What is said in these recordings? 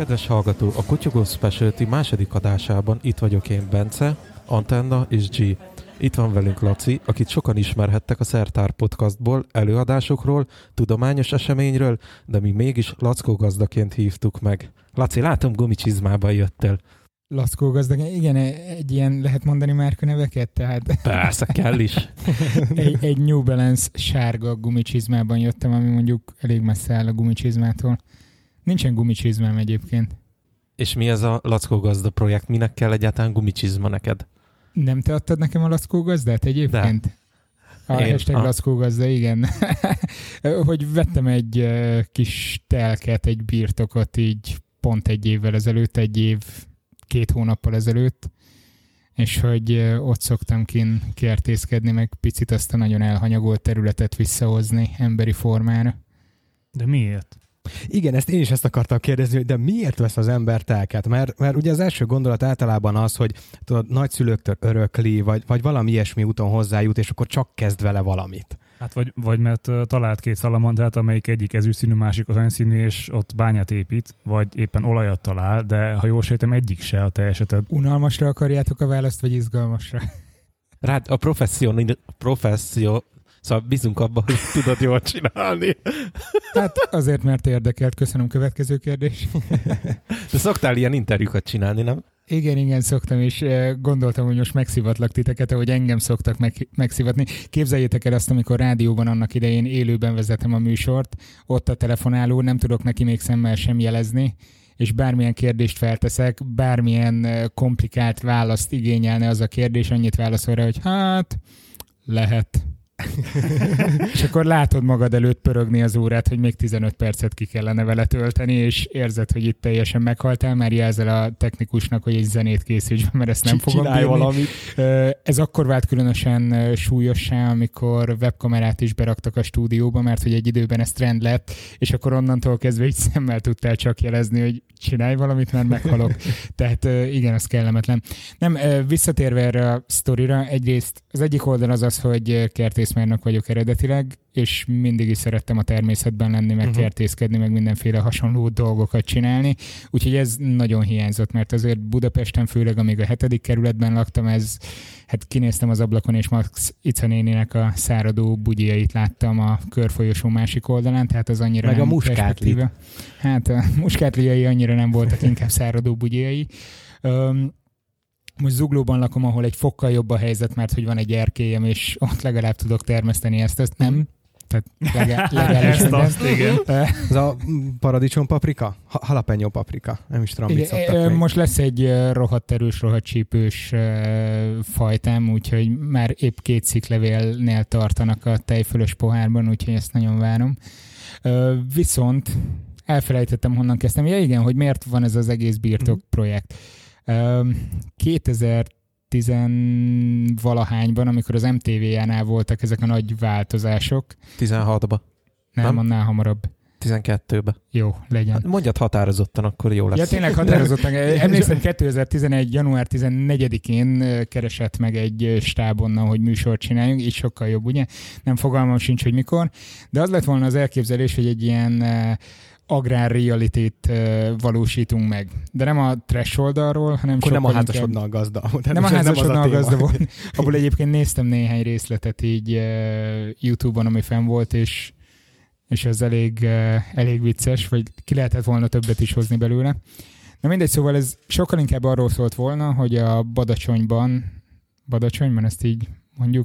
Kedves hallgató, a Kutyogó Specialty második adásában itt vagyok én, Bence, Antenna és G. Itt van velünk Laci, akit sokan ismerhettek a Szertár podcastból, előadásokról, tudományos eseményről, de mi mégis Lackó gazdaként hívtuk meg. Laci, látom, gumicsizmában jöttél. Lackó gazdag, igen, egy ilyen, lehet mondani márkaneveket? Tehát Persze, kell is. egy New Balance sárga gumicsizmában jöttem, ami mondjuk elég messze áll a gumicsizmától. Nincsen gumicsizmám egyébként. És mi ez a Lackó gazda projekt? Minek kell egyáltalán gumicsizma neked? Nem te adtad nekem a Lackó gazdát egyébként? De. A hashtag Lackó gazda, igen. Hogy vettem egy kis telket, egy birtokot így pont egy évvel ezelőtt, 2 hónappal ezelőtt, és hogy ott szoktam kertészkedni, meg picit azt a nagyon elhanyagolt területet visszahozni emberi formára. De miért? Igen, én is ezt akartam kérdezni, hogy de miért vesz az ember telket? Mert ugye az első gondolat általában az, hogy tudod, nagyszülőktől örökli, vagy valami ilyesmi úton hozzájut, és akkor csak kezd vele valamit. Hát vagy mert talált 2 szalamandrát, amelyik egyik ezüstszínű, másik aranyszínű, és ott bányát épít, vagy éppen olajat talál, de ha jól sejtem, egyik se a te eseted. Unalmasra akarjátok a választ, vagy izgalmasra? Rád a professzió, szóval bízunk abban, hogy tudod jól csinálni. Hát azért, mert érdekelt. Köszönöm, következő kérdés. De szoktál ilyen interjúkat csinálni, nem? Igen, szoktam, és gondoltam, hogy most megszivatlak titeket, ahogy engem szoktak megszivatni. Képzeljétek el azt, amikor rádióban annak idején élőben vezetem a műsort, ott a telefonáló, nem tudok neki még szemmel sem jelezni, és bármilyen kérdést felteszek, bármilyen komplikált választ igényelne az a kérdés, annyit válaszol rá, hogy hát lehet. És akkor látod magad előtt pörögni az órát, hogy még 15 percet ki kellene vele tölteni, és érzed, hogy itt teljesen meghaltál, már jelzel a technikusnak, hogy egy zenét készíts, mert ezt nem fogom bírni. Valamit. Ez akkor vált különösen súlyossá, amikor webkamerát is beraktak a stúdióba, mert hogy egy időben ez trend lett, és akkor onnantól kezdve így szemmel tudtál csak jelezni, hogy csinálj valamit, mert meghalok. Tehát igen, az kellemetlen. Nem, visszatérve erre a sztorira, egyrészt az egyik oldal az, hogy kertészmérnök vagyok eredetileg, és mindig is szerettem a természetben lenni, meg kertészkedni, meg mindenféle hasonló dolgokat csinálni. Úgyhogy ez nagyon hiányzott, mert azért Budapesten, főleg amíg a 7. kerületben laktam, hát kinéztem az ablakon, és Max Ica néninek a száradó bugyjait láttam a körfolyosó másik oldalán, tehát az annyira meg nem a muskátli. Hát a muskátliai annyira nem voltak, inkább száradó bugyjai. Most Zuglóban lakom, ahol egy fokkal jobb a helyzet, mert hogy van egy erkélyem, és ott legalább tudok termeszteni ezt nem. Tehát legalábbis ezt igen. Ez a paradicsom paprika? Jalapeno paprika. Nem is tudom, mit szoktak még. Most lesz egy rohadt erős, rohadt csípős fajtám, úgyhogy már épp 2 sziklevélnél tartanak a tejfölös pohárban, úgyhogy ezt nagyon várom. Viszont elfelejtettem, honnan kezdtem. Ja igen, hogy miért van ez az egész birtok projekt. 2010-valahányban, amikor az MTV-jánál voltak ezek a nagy változások. 16-ba. Nem, annál hamarabb. 12-be. Jó, legyen. Hát mondjad határozottan, akkor jó lesz. Ja, tényleg határozottan. Emlékszem, 2011. január 14-én keresett meg egy stáb onnan, hogy műsort csináljunk, így sokkal jobb, ugye? Nem fogalmam sincs, hogy mikor, de az lett volna az elképzelés, hogy egy ilyen agrár realityt valósítunk meg. De nem a trash oldalról, hanem akkor nem a házasodnal gazda. Nem a házasodnal gazda volt. Abból egyébként néztem néhány részletet így YouTube-on, ami fenn volt, és ez elég vicces, vagy ki lehetett volna többet is hozni belőle. Na mindegy, szóval ez sokkal inkább arról szólt volna, hogy a Badacsonyban ezt így mondjuk,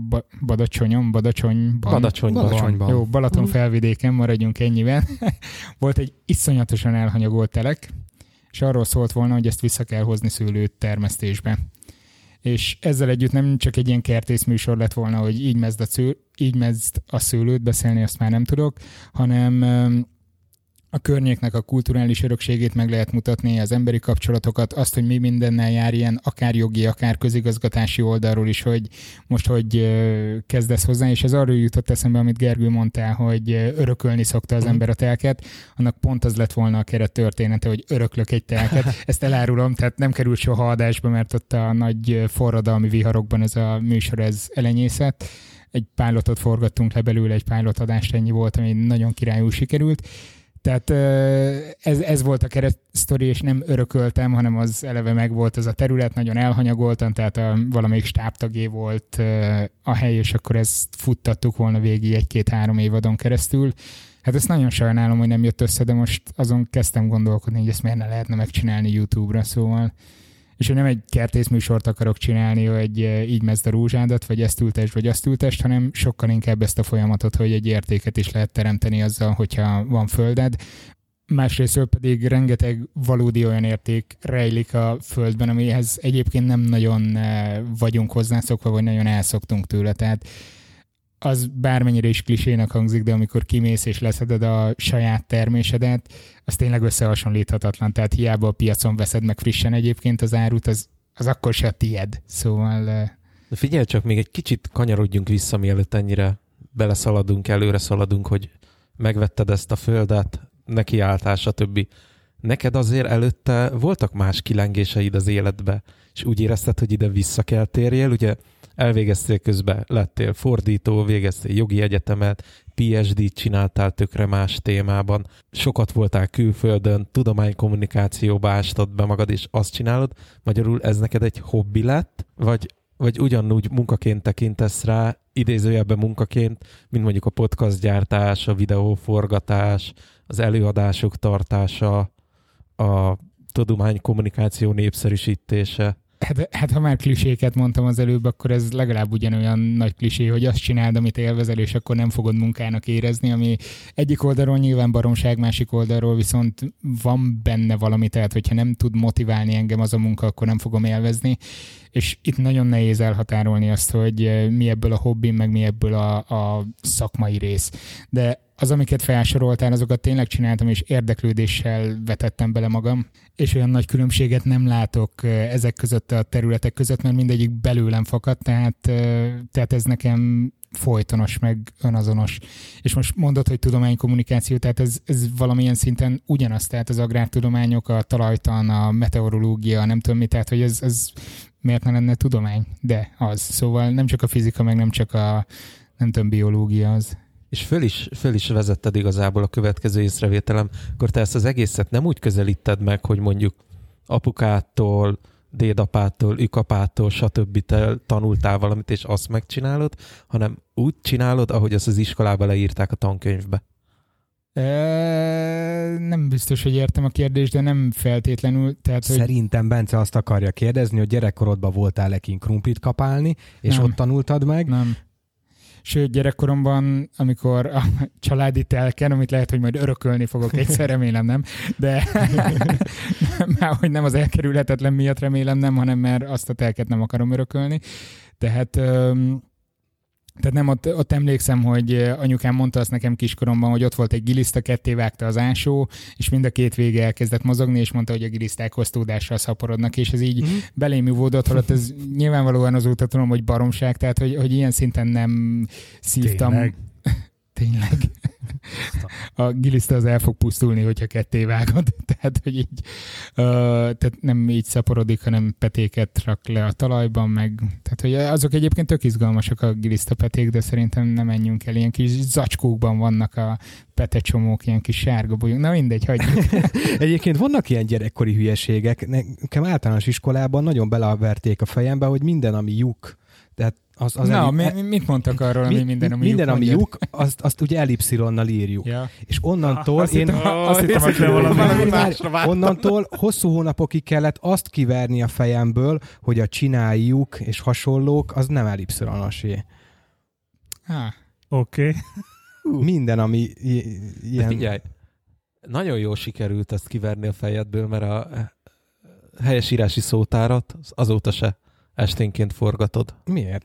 Badacsonyban. Jó, Balaton felvidéken, maradjunk ennyiben. Volt egy iszonyatosan elhanyagolt telek, és arról szólt volna, hogy ezt vissza kell hozni szőlőt termesztésbe. És ezzel együtt nem csak egy ilyen kertészműsor lett volna, hogy így mezd a szőlőt, beszélni azt már nem tudok, hanem a környéknek a kulturális örökségét meg lehet mutatni, az emberi kapcsolatokat, azt, hogy mi mindennel jár ilyen, akár jogi, akár közigazgatási oldalról is, hogy most hogy kezdesz hozzá, és ez arról jutott eszembe, amit Gergő mondtál, hogy örökölni szokta az ember a telket, annak pont az lett volna a keret története, hogy öröklök egy telket. Ezt elárulom, tehát nem került soha adásba, mert ott a nagy forradalmi viharokban ez a műsor ez elenyészett. Egy pilotot forgattunk le belőle, egy pilot adást, ennyi volt, ami nagyon királyul sikerült. Tehát ez volt a keresztsztori, és nem örököltem, hanem az eleve megvolt az a terület, nagyon elhanyagoltan, tehát valamelyik stábtagé volt a hely, és akkor ezt futtattuk volna végig 1-2-3 évadon keresztül. Hát ezt nagyon sajnálom, hogy nem jött össze, de most azon kezdtem gondolkodni, hogy ezt miért ne lehetne megcsinálni YouTube-ra, szóval. És hogy nem egy kertészműsort akarok csinálni, hogy így mezd a rózsádat, vagy ezt ültest, vagy azt ültest, hanem sokkal inkább ezt a folyamatot, hogy egy értéket is lehet teremteni azzal, hogyha van földed. Másrésztől pedig rengeteg valódi olyan érték rejlik a földben, amihez egyébként nem nagyon vagyunk hozzászokva, vagy nagyon elszoktunk tőle. Tehát az bármennyire is klisének hangzik, de amikor kimész és leszeded a saját termésedet, az tényleg összehasonlíthatatlan. Tehát hiába a piacon veszed meg frissen egyébként az árut, az akkor se a tied. Szóval... De figyelj csak, még egy kicsit kanyarodjunk vissza, mielőtt ennyire beleszaladunk, előre szaladunk, hogy megvetted ezt a földet, nekiálltál, stb. Neked azért előtte voltak más kilengéseid az életbe, és úgy érezted, hogy ide vissza kell térjél, ugye elvégeztél közben, lettél fordító, végeztél jogi egyetemet, PhD-t csináltál tökre más témában, sokat voltál külföldön, tudománykommunikációba ástad be magad, és azt csinálod, magyarul ez neked egy hobbi lett, vagy ugyanúgy munkaként tekintesz rá, idézőjelben munkaként, mint mondjuk a podcast gyártás, a videóforgatás, az előadások tartása, a tudománykommunikáció népszerűsítése. Hát ha már kliséket mondtam az előbb, akkor ez legalább ugyanolyan nagy klisé, hogy azt csináld, amit élvezel, és akkor nem fogod munkának érezni, ami egyik oldalról nyilván baromság, másik oldalról viszont van benne valami, tehát hogyha nem tud motiválni engem az a munka, akkor nem fogom élvezni, és itt nagyon nehéz elhatárolni azt, hogy mi ebből a hobbim, meg mi ebből a szakmai rész. De az, amiket felsoroltál, azokat tényleg csináltam, és érdeklődéssel vetettem bele magam, és olyan nagy különbséget nem látok ezek között a területek között, mert mindegyik belőlem fakad, tehát ez nekem folytonos, meg önazonos. És most mondod, hogy tudománykommunikáció, tehát ez valamilyen szinten ugyanaz, tehát az agrártudományok, a talajtan, a meteorológia, nem tudom mi, tehát hogy ez miért ne lenne tudomány? De az. Szóval nem csak a fizika, meg nem csak a nem tudom, biológia az. És föl is vezetted igazából a következő észrevételem, akkor te ezt az egészet nem úgy közelíted meg, hogy mondjuk apukától, dédapától, ükapától, stb. Te tanultál valamit, és azt megcsinálod, hanem úgy csinálod, ahogy azt az iskolába leírták a tankönyvbe. Nem biztos, hogy értem a kérdést, de nem feltétlenül. Tehát, Szerintem Bence azt akarja kérdezni, hogy gyerekkorodban voltál-e kint krumplit kapálni, és nem. Ott tanultad meg? Nem. Sőt, gyerekkoromban, amikor a családi telken, amit lehet, hogy majd örökölni fogok egyszer, remélem nem, de már hogy nem az elkerülhetetlen miatt remélem nem, hanem mert azt a telket nem akarom örökölni. Tehát nem, ott emlékszem, hogy anyukám mondta azt nekem kiskoromban, hogy ott volt egy giliszta, ketté vágta az ásó, és mind a két vége elkezdett mozogni, és mondta, hogy a giliszták hoztódással szaporodnak, és ez így belém ivódott, holott ez nyilvánvalóan azóta tudom, hogy baromság, tehát hogy ilyen szinten nem szívtam. Tényleg. A giliszta az el fog pusztulni, hogyha ketté vágod. Tehát, hogy így tehát nem így szaporodik, hanem petéket rak le a talajban, meg tehát, hogy azok egyébként tök izgalmasak a gilisztapeték, de szerintem nem menjünk el. Ilyen kis zacskókban vannak a petecsomók, ilyen kis sárga bolyunk. Na mindegy, hagyjuk. Egyébként vannak ilyen gyerekkori hülyeségek. Nekem általános iskolában nagyon beleverték a fejembe, hogy minden, ami lyuk, tehát mit mondtak arról, ami minden, ami minden, ami lyuk, azt ugye ellipszilonnal írjuk. Ja. És onnantól onnantól hosszú hónapokig kellett azt kiverni a fejemből, hogy a csináljuk és hasonlók, az nem ellipszilonosé. Oké. Minden, ami ilyen... Figyelj, nagyon jól sikerült ezt kiverni a fejedből, mert a helyesírási szótárat azóta se esténként forgatod. Miért?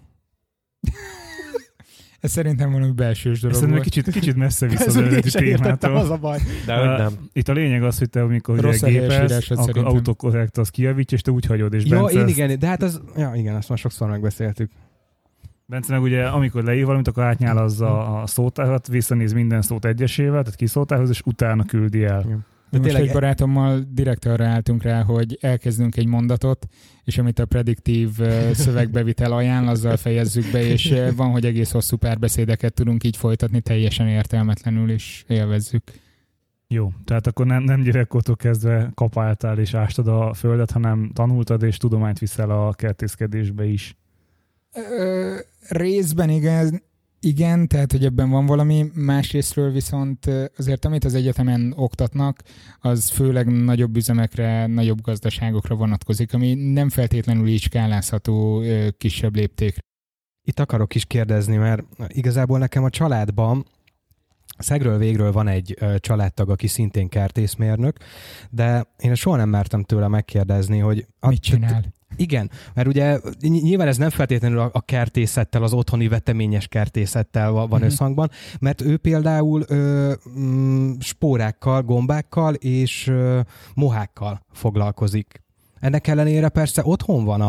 Ez szerintem valami belsős dolog volt. Kicsit messze vissza az eredeti témától. Az a baj. De nem. Itt a lényeg az, hogy te amikor gépelsz, akkor autokorrekt az kijavítja, és te úgy hagyod. És jó, igen, de hát az... Ja, igen, azt már sokszor megbeszéltük. Bence meg ugye, amikor leír valamit, akkor átnyálazza a szótárat, visszanéz minden szót egyesével, tehát kiszótárhoz, és utána küldi el. Igen. De most egy barátommal direkt arra álltunk rá, hogy elkezdünk egy mondatot, és amit a prediktív szövegbevitel ajánl, azzal fejezzük be, és van, hogy egész hosszú párbeszédeket tudunk így folytatni, teljesen értelmetlenül is élvezzük. Jó, tehát akkor nem gyerekkortól kezdve kapáltál és ástad a földet, hanem tanultad és tudományt viszel a kertészkedésbe is. Részben igen, tehát hogy ebben van valami, másrésztről viszont azért amit az egyetemen oktatnak, az főleg nagyobb üzemekre, nagyobb gazdaságokra vonatkozik, ami nem feltétlenül így skálázható kisebb léptékre. Itt akarok is kérdezni, mert igazából nekem a családban szegről végről van egy családtag, aki szintén kertészmérnök, de én soha nem mertem tőle megkérdezni, hogy... Mit csinál? Igen, mert ugye nyilván ez nem feltétlenül a kertészettel, az otthoni veteményes kertészettel van összhangban, mert ő például spórákkal, gombákkal és mohákkal foglalkozik. Ennek ellenére persze otthon van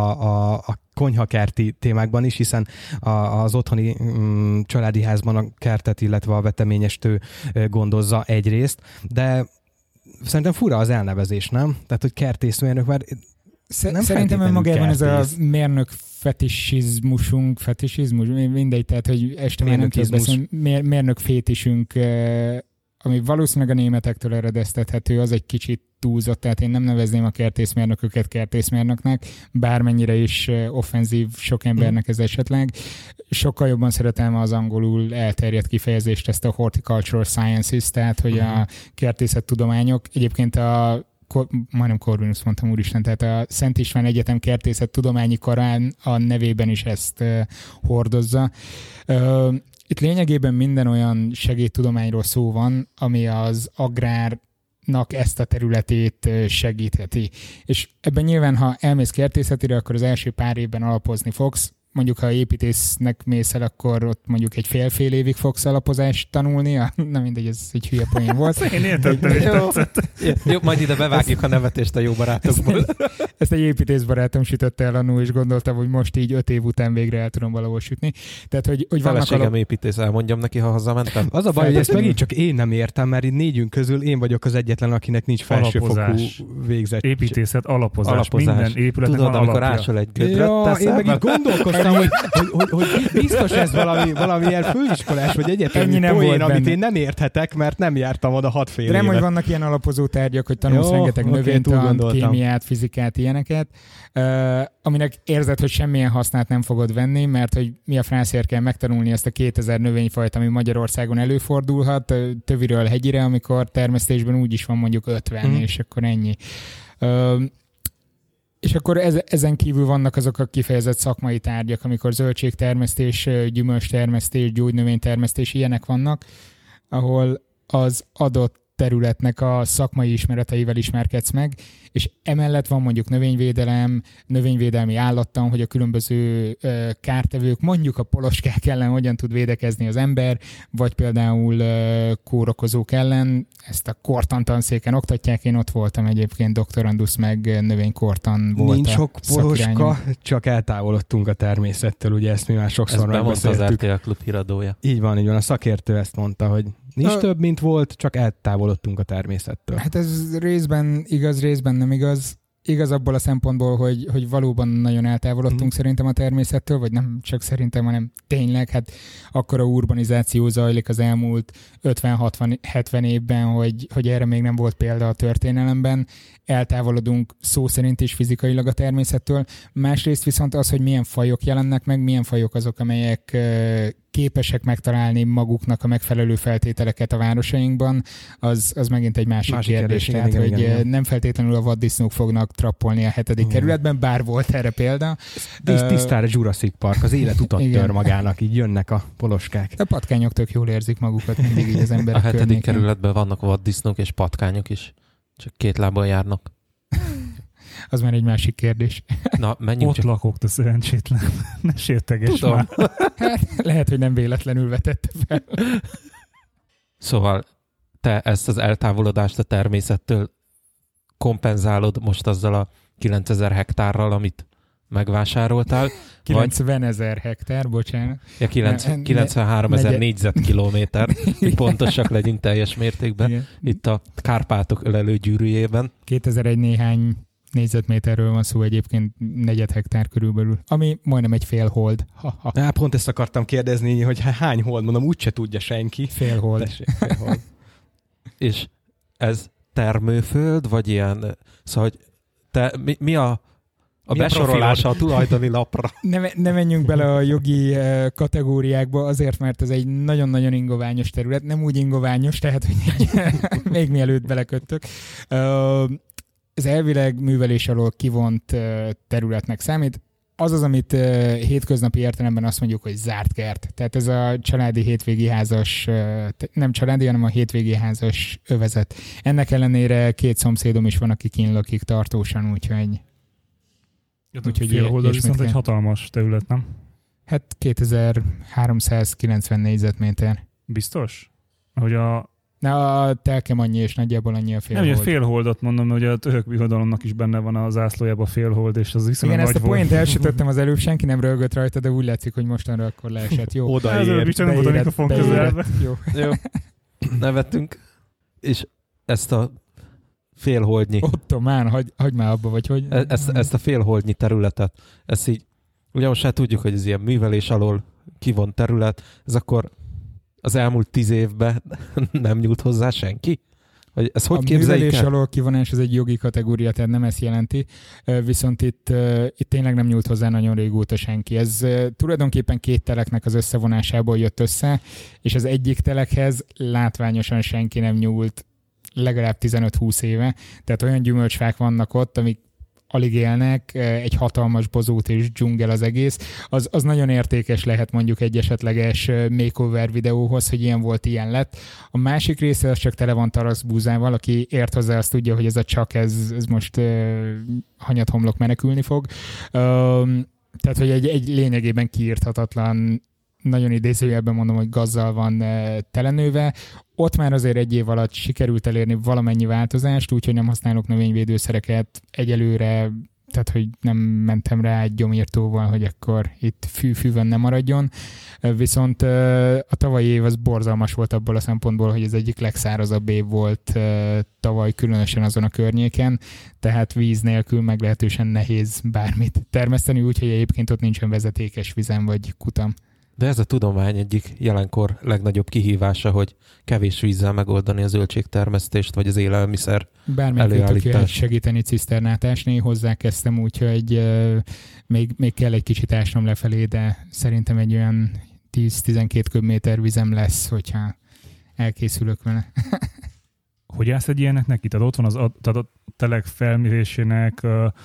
a konyhakerti témákban is, hiszen az otthoni családi házban a kertet, illetve a veteményest ő gondozza egyrészt, de szerintem fura az elnevezés, nem? Tehát, hogy kertészmérnök, mert szerintem önmagában ez a mérnök fetisizmus, mindegy, tehát, hogy este már nem tudsz beszélni, mérnök fétisünk, ami valószínűleg a németektől eredeztethető, az egy kicsit túlzott, tehát én nem nevezném a kertészmérnököket kertészmérnöknek, bármennyire is offenzív sok embernek ez esetleg. Sokkal jobban szeretem az angolul elterjedt kifejezést, ezt a horticultural sciences, tehát hogy a kertészettudományok, egyébként majdnem Corvinus mondtam, úristen, tehát a Szent István Egyetem Kertészettudományi Karán a nevében is ezt hordozza. Itt lényegében minden olyan segédtudományról szó van, ami az agrárnak ezt a területét segítheti. És ebben nyilván, ha elmész kertészetire, akkor az első pár évben alapozni fogsz. Mondjuk, ha építésznek mész el, akkor ott mondjuk egy fél évig fogsz alapozást tanulni. Na mindegy, ez egy hülye poén volt. Én értettem, és tetszett. Jó, majd ide bevágjuk a nevetést a jó barátokból. Ezt egy építészbarátom sütötte el annól, és gondoltam, hogy most így 5 év után végre el tudom valahol sütni. Tehát, hogy feleségem építész, elmondjam neki, ha hazamentem. Az a baj, hogy ezt megint csak én nem értem, mert itt négyünk közül én vagyok az egyetlen, akinek nincs felsőfokú végzettség. Építészet, alapozás. Minden épületnek tudod, van amikor ásol egy gödröt, én meg itt gondolkoztam, hogy biztos ez valamilyen főiskolás vagy egyetemi poén, amit én nem érthetek, mert nem jártam oda 6 fél éve. Nem, hogy vannak ilyen alapozó tárgyak, hogy tanulsz rengeteg növénytant, kémiát, fizikát, ilyeneket, aminek érzed, hogy semmilyen hasznát nem fogod venni, mert hogy mi a frászért kell megtanulni ezt a 2000 növényfajt, ami Magyarországon előfordulhat, töviről hegyire, amikor termesztésben úgyis van mondjuk 50, és akkor ennyi. És akkor ezen kívül vannak azok a kifejezett szakmai tárgyak, amikor zöldségtermesztés, gyümölcstermesztés, gyógynövénytermesztés, ilyenek vannak, ahol az adott területnek a szakmai ismereteivel ismerkedsz meg, és emellett van mondjuk növényvédelem, növényvédelmi állattan, hogy a különböző kártevők, mondjuk a poloskák ellen hogyan tud védekezni az ember, vagy például kórokozók ellen. Ezt a kortan tanszéken oktatják, én ott voltam egyébként, doktorandusz meg növénykortan volt. Nincs sok poloska, csak eltávolodtunk a természettől, ugye ezt mi már sokszor megbeszéltük. Ez bemondta az RTL Klub híradója. Így van, a szakértő ezt mondta, hogy nincs több, mint volt, csak eltávolodtunk a természettől. Hát ez részben igaz, részben nem igaz. Igaz abból a szempontból, hogy valóban nagyon eltávolodtunk szerintem a természettől, vagy nem csak szerintem, hanem tényleg, hát akkora urbanizáció zajlik az elmúlt 50-60-70 évben, hogy erre még nem volt példa a történelemben. Eltávolodunk szó szerint is fizikailag a természettől. Másrészt viszont az, hogy milyen fajok jelennek meg, milyen fajok azok, amelyek képesek megtalálni maguknak a megfelelő feltételeket a városainkban, az megint egy másik kérdés. Tehát, hogy nem feltétlenül a vaddisznók fognak trappolni a 7. kerületben, bár volt erre példa. Tisztára Jurassic Park, az élet utat tör magának, így jönnek a poloskák. A patkányok tök jól érzik magukat mindig így az emberek. A 7. kerületben vannak vaddisznók és patkányok is, csak 2 lábon járnak. Az már egy másik kérdés. Na, menjünk ott lakok, te szerencsétlen. Ne sérteges már. Hát, lehet, hogy nem véletlenül vetette fel. Szóval te ezt az eltávolodást a természettől kompenzálod most azzal a 9000 hektárral, amit megvásároltál. 90 000 hektár, bocsánat. Ja, 93 000 négyzetkilométer, hogy pontosak legyünk teljes mértékben. Igen. Itt a Kárpátok ölelő gyűrűjében. 2001 néhány négyzetméterről van szó, egyébként 4 hektár körülbelül, ami majdnem egy fél hold. Pont ezt akartam kérdezni, hogy hány hold, mondom, úgyse tudja senki. Fél hold. Tessék, fél hold. És ez termőföld, vagy ilyen, szóval, hogy mi a besorolása a tulajdoni lapra? Ne menjünk bele a jogi kategóriákba, azért, mert ez egy nagyon-nagyon ingoványos terület. Nem úgy ingoványos, tehát, hogy még mielőtt beleköttök. Ez elvileg művelés alól kivont területnek számít. Az, amit hétköznapi értelemben azt mondjuk, hogy zárt kert. Tehát ez a családi hétvégi házas, nem családi, hanem a hétvégi házas övezet. Ennek ellenére 2 szomszédom is van, aki kínlakik tartósan, úgyhogy Félhold az viszont egy hatalmas terület, nem? Hát 2390 négyzetméter. Biztos? Hogy a telkem annyi, és nagyjából annyi a félhold. Nem, hogy a félholdat mondom, hogy a török birodalomnak is benne van a zászlójában a félhold, és az viszonylag nagy volt. Igen, ezt a point elsütöttem az előbb, senki nem röhögött rajta, de úgy látszik, hogy mostanra akkor leesett. Jó. Odaért. Jó. Nevettünk. És ezt a félholdnyi... Ottomán, hagyd már abba, vagy hogy... Ezt a félholdnyi területet, ezt így, ugye most hát tudjuk, hogy ez ilyen művelés alól kivont terület, ez akkor az elmúlt 10 évben nem nyújt hozzá senki? Vagy ezt hogy képzeljük el? A művelés alól kivonás az egy jogi kategória, tehát nem ezt jelenti, viszont itt tényleg nem nyújt hozzá nagyon régóta senki. Ez tulajdonképpen 2 teleknek az összevonásából jött össze, és az egyik telekhez látványosan senki nem nyúlt legalább 15-20 éve, tehát olyan gyümölcsfák vannak ott, amik alig élnek, egy hatalmas bozót és dzsungel az egész, az nagyon értékes lehet mondjuk egy esetleges makeover videóhoz, hogy ilyen volt, ilyen lett. A másik része az csak tele van taraszbúzával, aki ért hozzá, azt tudja, hogy ez a csak, ez most hanyathomlok menekülni fog. Tehát, hogy egy lényegében kiírthatatlan, nagyon idézőjelben mondom, hogy gazzal van telenőve. Ott már azért 1 év alatt sikerült elérni valamennyi változást, úgyhogy nem használok növényvédőszereket egyelőre, tehát hogy nem mentem rá egy gyomírtóval, hogy akkor itt fűvön ne maradjon. Viszont a tavalyi év az borzalmas volt abból a szempontból, hogy ez egyik legszárazabb év volt tavaly, különösen azon a környéken, tehát víz nélkül meglehetősen nehéz bármit termeszteni, úgyhogy egyébként ott nincsen vezetékes vizem vagy kutam. De ez a tudomány egyik jelenkor legnagyobb kihívása, hogy kevés vízzel megoldani a zöldségtermesztést, vagy az élelmiszer előállítást. Segíteni ciszternát ásni, hozzákezdtem, úgyhogy még kell egy kicsit ásnom lefelé, de szerintem egy olyan 10-12 köbméter vizem lesz, hogyha elkészülök vele. Hogy állsz egy ilyenek neki? Tehát ott van a telek felmérésének...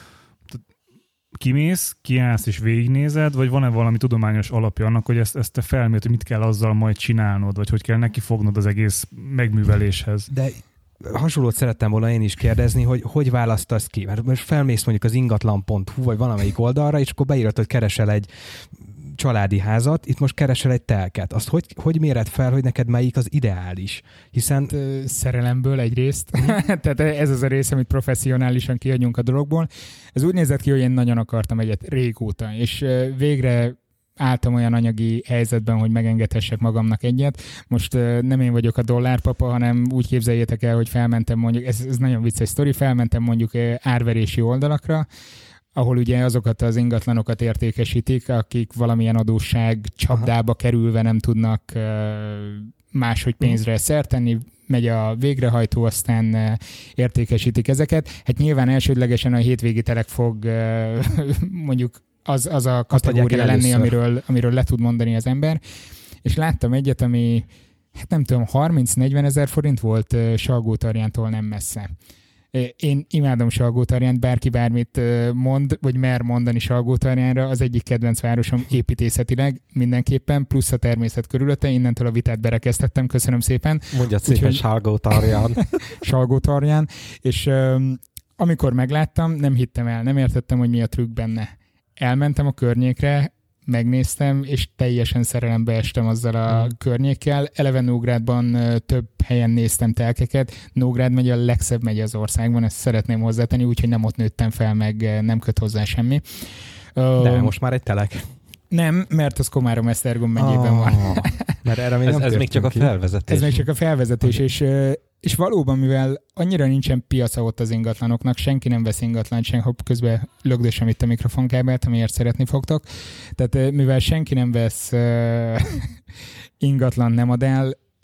Kimész, kiállsz és végignézed, vagy van-e valami tudományos alapja annak, hogy ezt te felmérd, hogy mit kell azzal majd csinálnod, vagy hogy kell neki fognod az egész megműveléshez? De hasonlót szerettem volna én is kérdezni, hogy választasz ki? Mert most felmész mondjuk az ingatlan.hu, vagy valamelyik oldalra, és akkor beírod, hogy keresel egy családi házat, itt most keresel egy telket. Azt hogy méred fel, hogy neked melyik az ideális? Hiszen... Szerelemből egyrészt. Tehát ez az a rész, amit professzionálisan kihagyunk a dologból. Ez úgy nézett ki, hogy én nagyon akartam egyet régóta, és végre álltam olyan anyagi helyzetben, hogy megengedhessek magamnak egyet. Most nem én vagyok a dollárpapa, hanem úgy képzeljétek el, hogy felmentem mondjuk, ez nagyon vicces sztori, felmentem mondjuk árverési oldalakra, ahol ugye azokat az ingatlanokat értékesítik, akik valamilyen adósság csapdába kerülve nem tudnak máshogy pénzre szert tenni, megy a végrehajtó, aztán értékesítik ezeket. Hát nyilván elsődlegesen a hétvégi telek fog mondjuk az a kategória lenni, amiről le tud mondani az ember. És láttam egyet, ami hát nem tudom, 30-40 ezer forint volt Salgótarjántól nem messze. Én imádom Salgótarjánt, bárki bármit mond, vagy mer mondani Salgótarjánra, az egyik kedvenc városom építészetileg mindenképpen, plusz a természet körülötte, innentől a vitát berekeztettem, köszönöm szépen. Mondjad szépen Salgótarján. Salgótarján, és amikor megláttam, nem hittem el, nem értettem, hogy mi a trükk benne. Elmentem a környékre, megnéztem, és teljesen szerelembe estem azzal a környékkel. Eleve Nógrádban több helyen néztem telkeket. Nógrád megye a legszebb megye az országban, ezt szeretném hozzátenni, úgyhogy nem ott nőttem fel, meg nem köt hozzá semmi. De most már egy telek. Nem, mert az Komárom-Esztergom megyében van. Mert erre még ez még csak a felvezetés. Ez még csak a felvezetés, és valóban, mivel annyira nincsen piaca ott az ingatlanoknak, senki nem vesz ingatlant, hopp, közben lögdösem itt a mikrofonkábelt, amiért szeretni fogtok. Tehát mivel senki nem vesz ingatlan, nem ad el,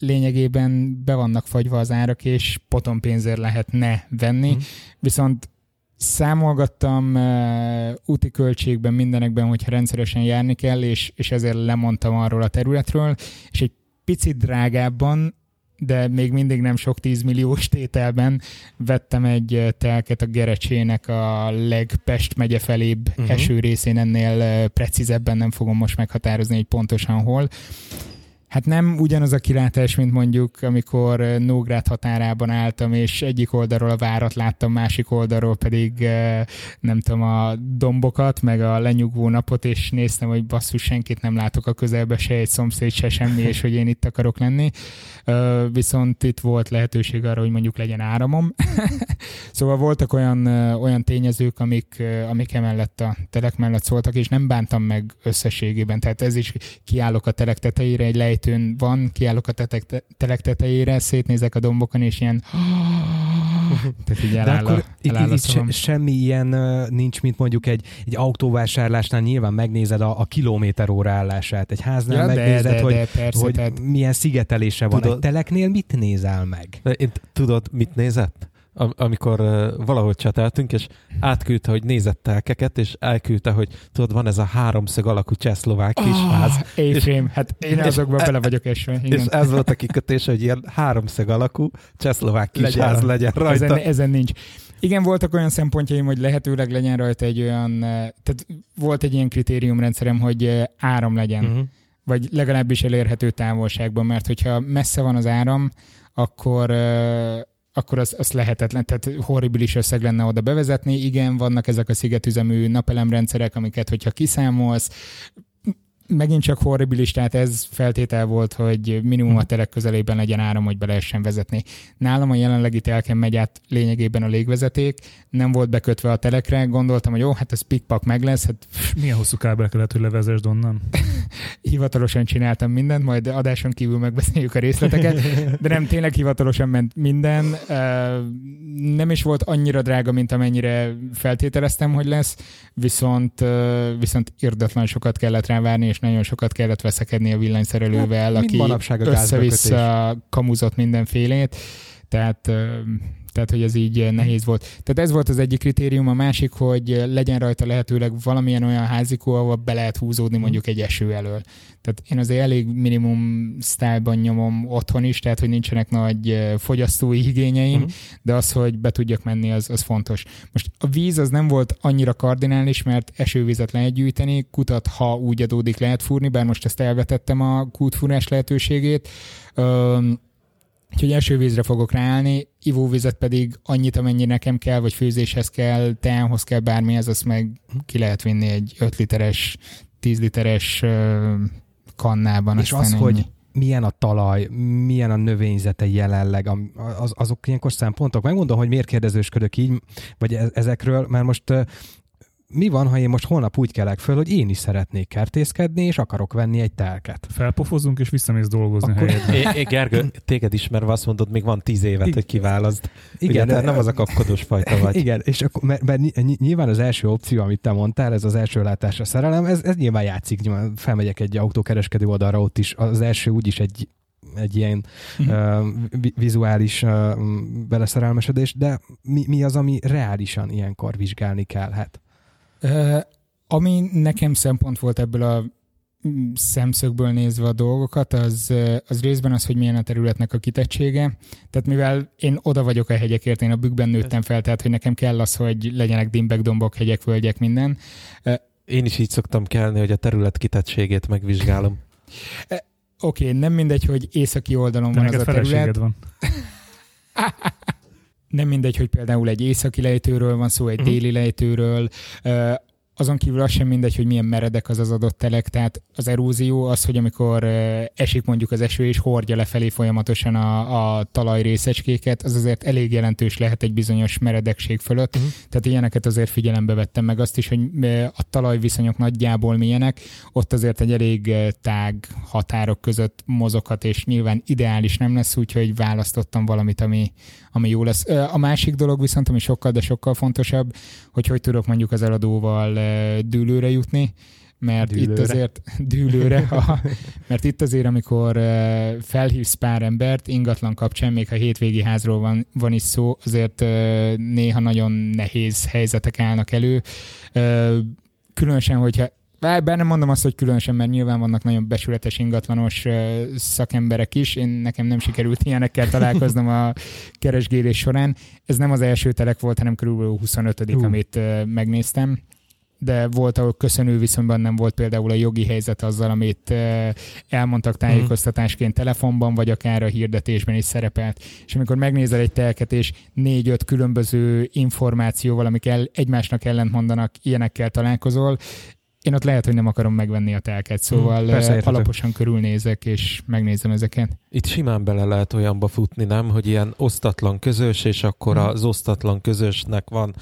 lényegében be vannak fagyva az árak, és potonpénzért lehetne venni, viszont számolgattam úti költségben, mindenekben, hogyha rendszeresen járni kell, és ezért lemondtam arról a területről, és egy picit drágábban, de még mindig nem sok 10 milliós tételben vettem egy telket a Gerecsének a legpest megye felébb eső részén, ennél precízebben nem fogom most meghatározni, hogy pontosan hol. Hát nem ugyanaz a kilátás, mint mondjuk, amikor Nógrád határában álltam, és egyik oldalról a várat láttam, másik oldalról pedig nem tudom, a dombokat, meg a lenyugvó napot, és néztem, hogy basszus, senkit nem látok a közelbe, se egy szomszéd, se semmi, és hogy én itt akarok lenni. Viszont itt volt lehetőség arra, hogy mondjuk legyen áramom. Szóval voltak olyan tényezők, amik emellett a telek mellett szóltak, és nem bántam meg összességében. Tehát ez is, kiállok a telek tetejére, egy lejtőn van, kiállok a telek tetejére, szétnézek a dombokon, és ilyen tehát így eláll itt semmi ilyen nincs, mint mondjuk egy autóvásárlásnál nyilván megnézed a kilométer-óra állását. Egy háznál megnézed, hogy milyen szigetelése van. Egy teleknél mit nézel meg? Tudod, mit nézett? Amikor valahogy cseteltünk, és átküldte, hogy nézett telkeket, és elküldte, hogy tudod, van ez a háromszög alakú csehszlovák kisház. Éjfém, hát én azokban bele vagyok esve. És ez volt a kikötés, hogy ilyen háromszög alakú csehszlovák kisház legyen rajta. Ezen nincs. Igen, voltak olyan szempontjaim, hogy lehetőleg legyen rajta egy olyan, tehát volt egy ilyen kritériumrendszerem, hogy áram legyen, vagy legalábbis elérhető távolságban, mert hogyha messze van az áram, akkor az lehetetlen, tehát horribilis összeg lenne oda bevezetni. Igen, vannak ezek a szigetüzemű napelemrendszerek, amiket, hogyha kiszámolsz, megint csak horribilis, tehát ez feltétel volt, hogy minimum a telek közelében legyen áram, hogy be lehessen vezetni. Nálam a jelenlegi telken megy át lényegében a légvezeték, nem volt bekötve a telekre, gondoltam, hogy jó, hát ez pikpak meg lesz. Hát... Milyen hosszú kábel kellett, hogy levezesd onnan? Hivatalosan csináltam mindent, majd adáson kívül megbeszéljük a részleteket, de nem, tényleg hivatalosan ment minden. Nem is volt annyira drága, mint amennyire feltételeztem, hogy lesz, viszont irdatlan sokat kellett rá várni, és nagyon sokat kellett veszekedni a villanyszerelővel, aki össze-vissza kamuzott mindenfélét. Tehát, hogy ez így nehéz volt. Tehát ez volt az egyik kritérium, a másik, hogy legyen rajta lehetőleg valamilyen olyan házikó, ahol be lehet húzódni mondjuk egy eső elől. Tehát én azért elég minimum sztálban nyomom otthon is, tehát hogy nincsenek nagy fogyasztói igényeim, de az, hogy be tudjak menni, az fontos. Most a víz az nem volt annyira kardinális, mert esővizet lehet gyűjteni, kutat, ha úgy adódik, lehet fúrni, bár most ezt elvetettem a kútfúrás lehetőségét. Úgyhogy esővízre fogok ráállni, ivóvizet pedig annyit, amennyi nekem kell, vagy főzéshez kell, teához kell, bármihez, azt meg ki lehet vinni egy 5 literes, 10 literes kannában. És az, hogy milyen a talaj, milyen a növényzete jelenleg, azok ilyenkor szempontok. Megmondom, hogy miért kérdezősködök így, vagy ezekről, mert most mi van, ha én most holnap úgy kelek föl, hogy én is szeretnék kertészkedni, és akarok venni egy telket? Felpofozunk, és visszamész dolgozni akkor... helyedre. Gergő, téged ismerve azt mondod, még van 10 évet, hogy kiválaszd. Igen, ugye, nem az a kapkodós fajta vagy. Igen, és akkor, mert nyilván az első opció, amit te mondtál, ez az első látásra szerelem, ez nyilván játszik. Nyilván felmegyek egy autókereskedő oldalra, ott is az első úgyis egy ilyen vizuális beleszerelmesedés, de mi az, ami reálisan ilyenkor vizsgálni kellhet? Ami nekem szempont volt ebből a szemszögből nézve a dolgokat, az részben az, hogy milyen a területnek a kitettsége. Tehát mivel én oda vagyok a hegyekért, én a bükkben nőttem fel, tehát hogy nekem kell az, hogy legyenek dimbek, dombok, hegyek, völgyek, minden. Én is így szoktam kelni, hogy a terület kitettségét megvizsgálom. Oké, nem mindegy, hogy északi oldalon van az a terület. Van. Nem mindegy, hogy például egy északi lejtőről van szó, egy déli lejtőről, azon kívül az sem mindegy, hogy milyen meredek az adott telek, tehát az erózió az, hogy amikor esik mondjuk az eső és hordja lefelé folyamatosan a talajrészecskéket, az azért elég jelentős lehet egy bizonyos meredekség fölött, tehát ilyeneket azért figyelembe vettem, meg azt is, hogy a talajviszonyok nagyjából milyenek, ott azért egy elég tág határok között mozoghat, és nyilván ideális nem lesz, úgyhogy választottam valamit, ami jó lesz. A másik dolog viszont, ami sokkal, de sokkal fontosabb, hogy tudok mondjuk az eladóval dűlőre jutni, mert itt azért mert itt azért, amikor felhívsz pár embert, ingatlan kapcsán, még ha hétvégi házról van is szó, azért néha nagyon nehéz helyzetek állnak elő. Különösen, hogyha bár nem mondom azt, hogy különösen, mert nyilván vannak nagyon becsületes ingatlanos szakemberek is. Nekem nem sikerült ilyenekkel találkoznom a keresgélés során. Ez nem az első telek volt, hanem körülbelül 25. amit megnéztem. De volt, ahol köszönő viszonyban nem volt például a jogi helyzet azzal, amit elmondtak tájékoztatásként telefonban, vagy akár a hirdetésben is szerepelt. És amikor megnézel egy telket, és 4-5 különböző információval, amik egymásnak ellentmondanak, ilyenekkel találkozol, én ott lehet, hogy nem akarom megvenni a telket, szóval alaposan körülnézek, és megnézem ezeket. Itt simán bele lehet olyanba futni, nem? Hogy ilyen osztatlan közös, és akkor az osztatlan közösnek van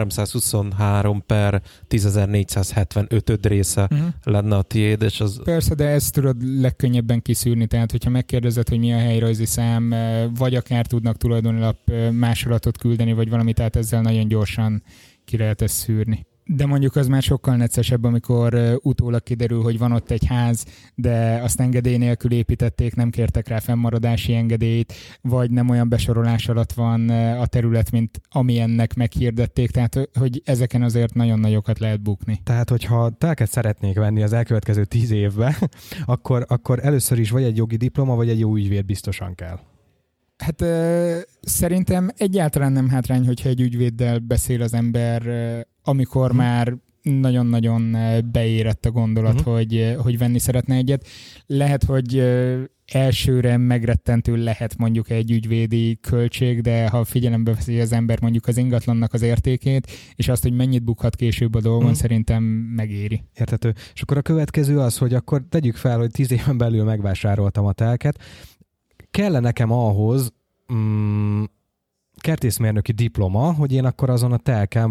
323/10.475 része lenne a tiéd, és az... Persze, de ezt tudod legkönnyebben kiszűrni, tehát hogyha megkérdezed, hogy mi a helyrajzi szám, vagy akár tudnak tulajdonlap másolatot küldeni, vagy valami, tehát ezzel nagyon gyorsan ki lehet ezt szűrni. De mondjuk az már sokkal neccesebb, amikor utólag kiderül, hogy van ott egy ház, de azt engedély nélkül építették, nem kértek rá fennmaradási engedélyt, vagy nem olyan besorolás alatt van a terület, mint amilyennek meghirdették, tehát hogy ezeken azért nagyon nagyokat lehet bukni. Tehát, hogyha telket szeretnék venni az elkövetkező 10 évben, akkor először is vagy egy jogi diploma, vagy egy jó ügyvéd biztosan kell. Hát szerintem egyáltalán nem hátrány, hogyha egy ügyvéddel beszél az ember, amikor már nagyon-nagyon beérett a gondolat, hogy venni szeretne egyet. Lehet, hogy elsőre megrettentő lehet mondjuk egy ügyvédi költség, de ha figyelembe veszi az ember mondjuk az ingatlannak az értékét, és azt, hogy mennyit bukhat később a dolgon, szerintem megéri. Érthető. És akkor a következő az, hogy akkor tegyük fel, hogy 10 éven belül megvásároltam a telket, kell nekem ahhoz kertészmérnöki diploma, hogy én akkor azon a telken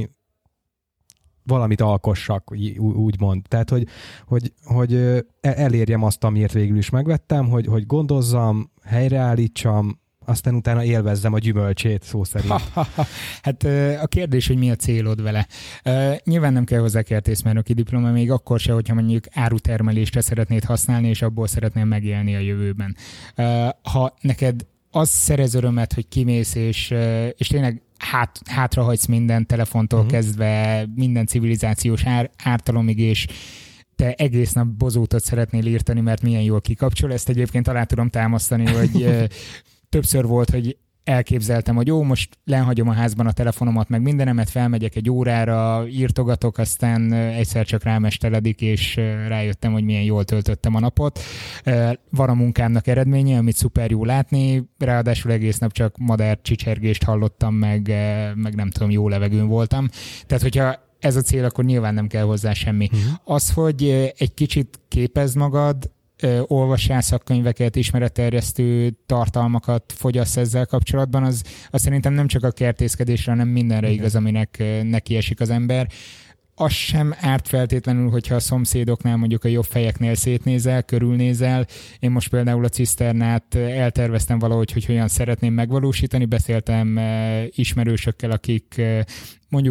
valamit alkossak, úgymond. Tehát, hogy elérjem azt, amiért végül is megvettem, hogy gondozzam, helyreállítsam, aztán utána élvezzem a gyümölcsét, szó szerint. Hát a kérdés, hogy mi a célod vele. Nyilván nem kell hozzá kertészmérnöki diploma, még akkor se, hogyha mondjuk árutermelésre szeretnéd használni, és abból szeretnél megélni a jövőben. Ha neked az szerez örömet, hogy kimész, és tényleg hátrahagysz minden telefontól kezdve, minden civilizációs ártalomig, és te egész nap bozótot szeretnél írtani, mert milyen jól kikapcsol. Ezt egyébként alá tudom támasztani, hogy többször volt, hogy elképzeltem, hogy jó, most lenhagyom a házban a telefonomat, meg mindenemet, felmegyek egy órára, írtogatok, aztán egyszer csak rámesteledik, és rájöttem, hogy milyen jól töltöttem a napot. Van a munkámnak eredménye, amit szuper jó látni, ráadásul egész nap csak madár csicsergést hallottam, meg nem tudom, jó levegőn voltam. Tehát, hogyha ez a cél, akkor nyilván nem kell hozzá semmi. Az, hogy egy kicsit képezd magad, olvassál szakkönyveket, ismeretterjesztő tartalmakat fogyasz ezzel kapcsolatban, az szerintem nem csak a kertészkedésre, hanem mindenre igaz, aminek nekiesik az ember. Az sem árt feltétlenül, hogyha a szomszédoknál, mondjuk a jobb fejeknél szétnézel, körülnézel. Én most például a ciszternát elterveztem valahogy, hogy hogyan szeretném megvalósítani. Beszéltem ismerősökkel, akik mondjuk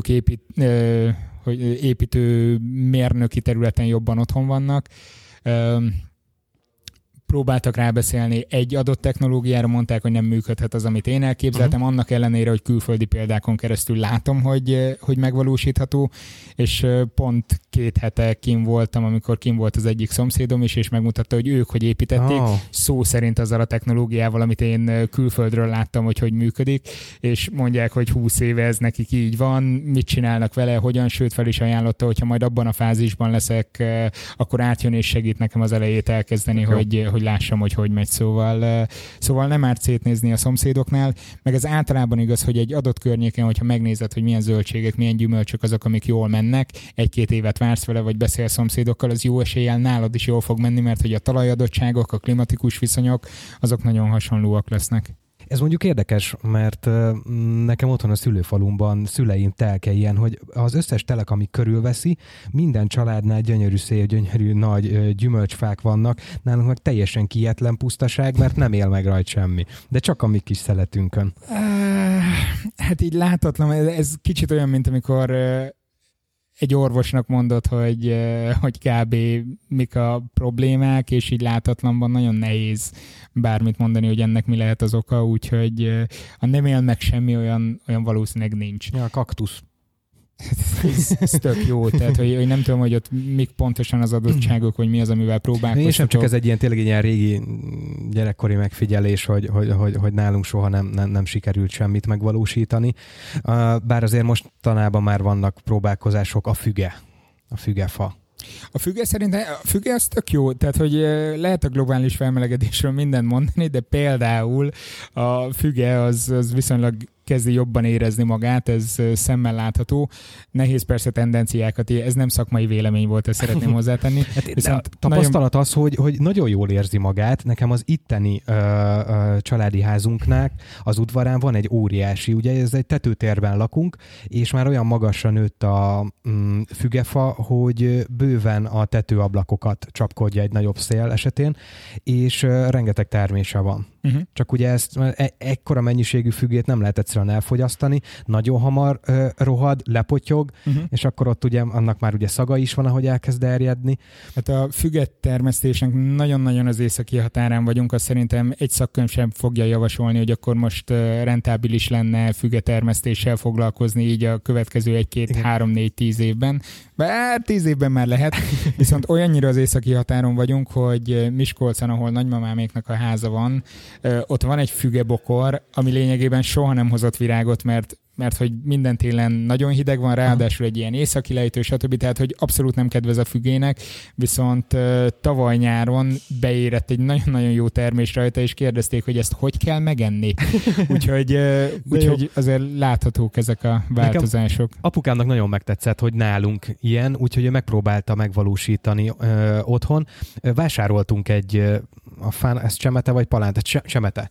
építő mérnöki területen jobban otthon vannak. Próbáltak rábeszélni egy adott technológiára, mondták, hogy nem működhet az, amit én elképzeltem, annak ellenére, hogy külföldi példákon keresztül látom, hogy megvalósítható, és pont 2 hete kim voltam, amikor kim volt az egyik szomszédom is, és megmutatta, hogy ők hogy építették, szó szerint azzal a technológiával, amit én külföldről láttam, hogy működik, és mondják, hogy 20 éve ez nekik így van, mit csinálnak vele, hogyan, sőt fel is ajánlotta, hogyha majd abban a fázisban leszek, akkor átjön és segít nekem az elejét elkezdeni, hogy lássam, hogy megy, szóval nem árt szétnézni a szomszédoknál, meg ez általában igaz, hogy egy adott környéken, hogyha megnézed, hogy milyen zöldségek, milyen gyümölcsök azok, amik jól mennek, 1-2 évet vársz vele, vagy beszélsz szomszédokkal, az jó eséllyel nálad is jól fog menni, mert hogy a talajadottságok, a klimatikus viszonyok, azok nagyon hasonlóak lesznek. Ez mondjuk érdekes, mert nekem otthon a szülőfalumban szüleim telke ilyen, hogy az összes telek, ami körülveszi, minden családnál gyönyörű szép, gyönyörű nagy gyümölcsfák vannak, nálunk meg teljesen kietlen pusztaság, mert nem él meg rajt semmi. De csak a mi kis szeletünkön. Hát így láthatatlan, ez kicsit olyan, mint amikor egy orvosnak mondod, hogy kb. Mik a problémák, és így látatlanban nagyon nehéz bármit mondani, hogy ennek mi lehet az oka, úgyhogy a nem él meg semmi olyan valószínűleg nincs. Ja, a kaktusz. Ez tök jó, tehát hogy nem tudom, hogy ott mik pontosan az adottságok, hogy mi az, amivel próbálkoztatok. És nem csak ez egy ilyen tényleg egy ilyen régi gyerekkori megfigyelés, hogy nálunk soha nem sikerült semmit megvalósítani. Bár azért mostanában már vannak próbálkozások, a fügefa. A füge szerintem, a füge az tök jó, tehát hogy lehet a globális felmelegedésről mindent mondani, de például a füge az viszonylag kezdi jobban érezni magát, ez szemmel látható. Nehéz persze tendenciákat, ez nem szakmai vélemény volt, ezt szeretném hozzátenni. Viszont tapasztalat az, hogy nagyon jól érzi magát. Nekem az itteni családi házunknál az udvarán van egy óriási, ugye ez egy tetőtérben lakunk, és már olyan magasra nőtt a fügefa, hogy bőven a tetőablakokat csapkodja egy nagyobb szél esetén, és rengeteg termése van. Csak ugye ezt ekkora mennyiségű fügét nem lehet egyszerűen elfogyasztani, nagyon hamar rohad, lepotyog, és akkor ott ugye annak már ugye szaga is van, ahogy elkezd erjedni. Hát a füget termesztésnek nagyon-nagyon az északi határán vagyunk, azt szerintem egy szakkönyv sem fogja javasolni, hogy akkor most rentábilis lenne fügetermesztéssel foglalkozni így a következő 1-2-3-4-10 évben. Bár 10 évben már lehet, viszont olyannyira az északi határon vagyunk, hogy Miskolcon, ahol nagymamáméknak a háza van, ott van egy fügebokor, ami lényegében soha nem hozott virágot, mert hogy minden télen nagyon hideg van, ráadásul egy ilyen északi lejtő, stb. Tehát, hogy abszolút nem kedvez a fügének, viszont tavaly nyáron beérett egy nagyon-nagyon jó termés rajta, és kérdezték, hogy ezt hogy kell megenni. Úgyhogy azért láthatók ezek a változások. Nekem apukámnak nagyon megtetszett, hogy nálunk ilyen, úgyhogy ő megpróbálta megvalósítani otthon. Vásároltunk ez csemete vagy palánta? Csemete.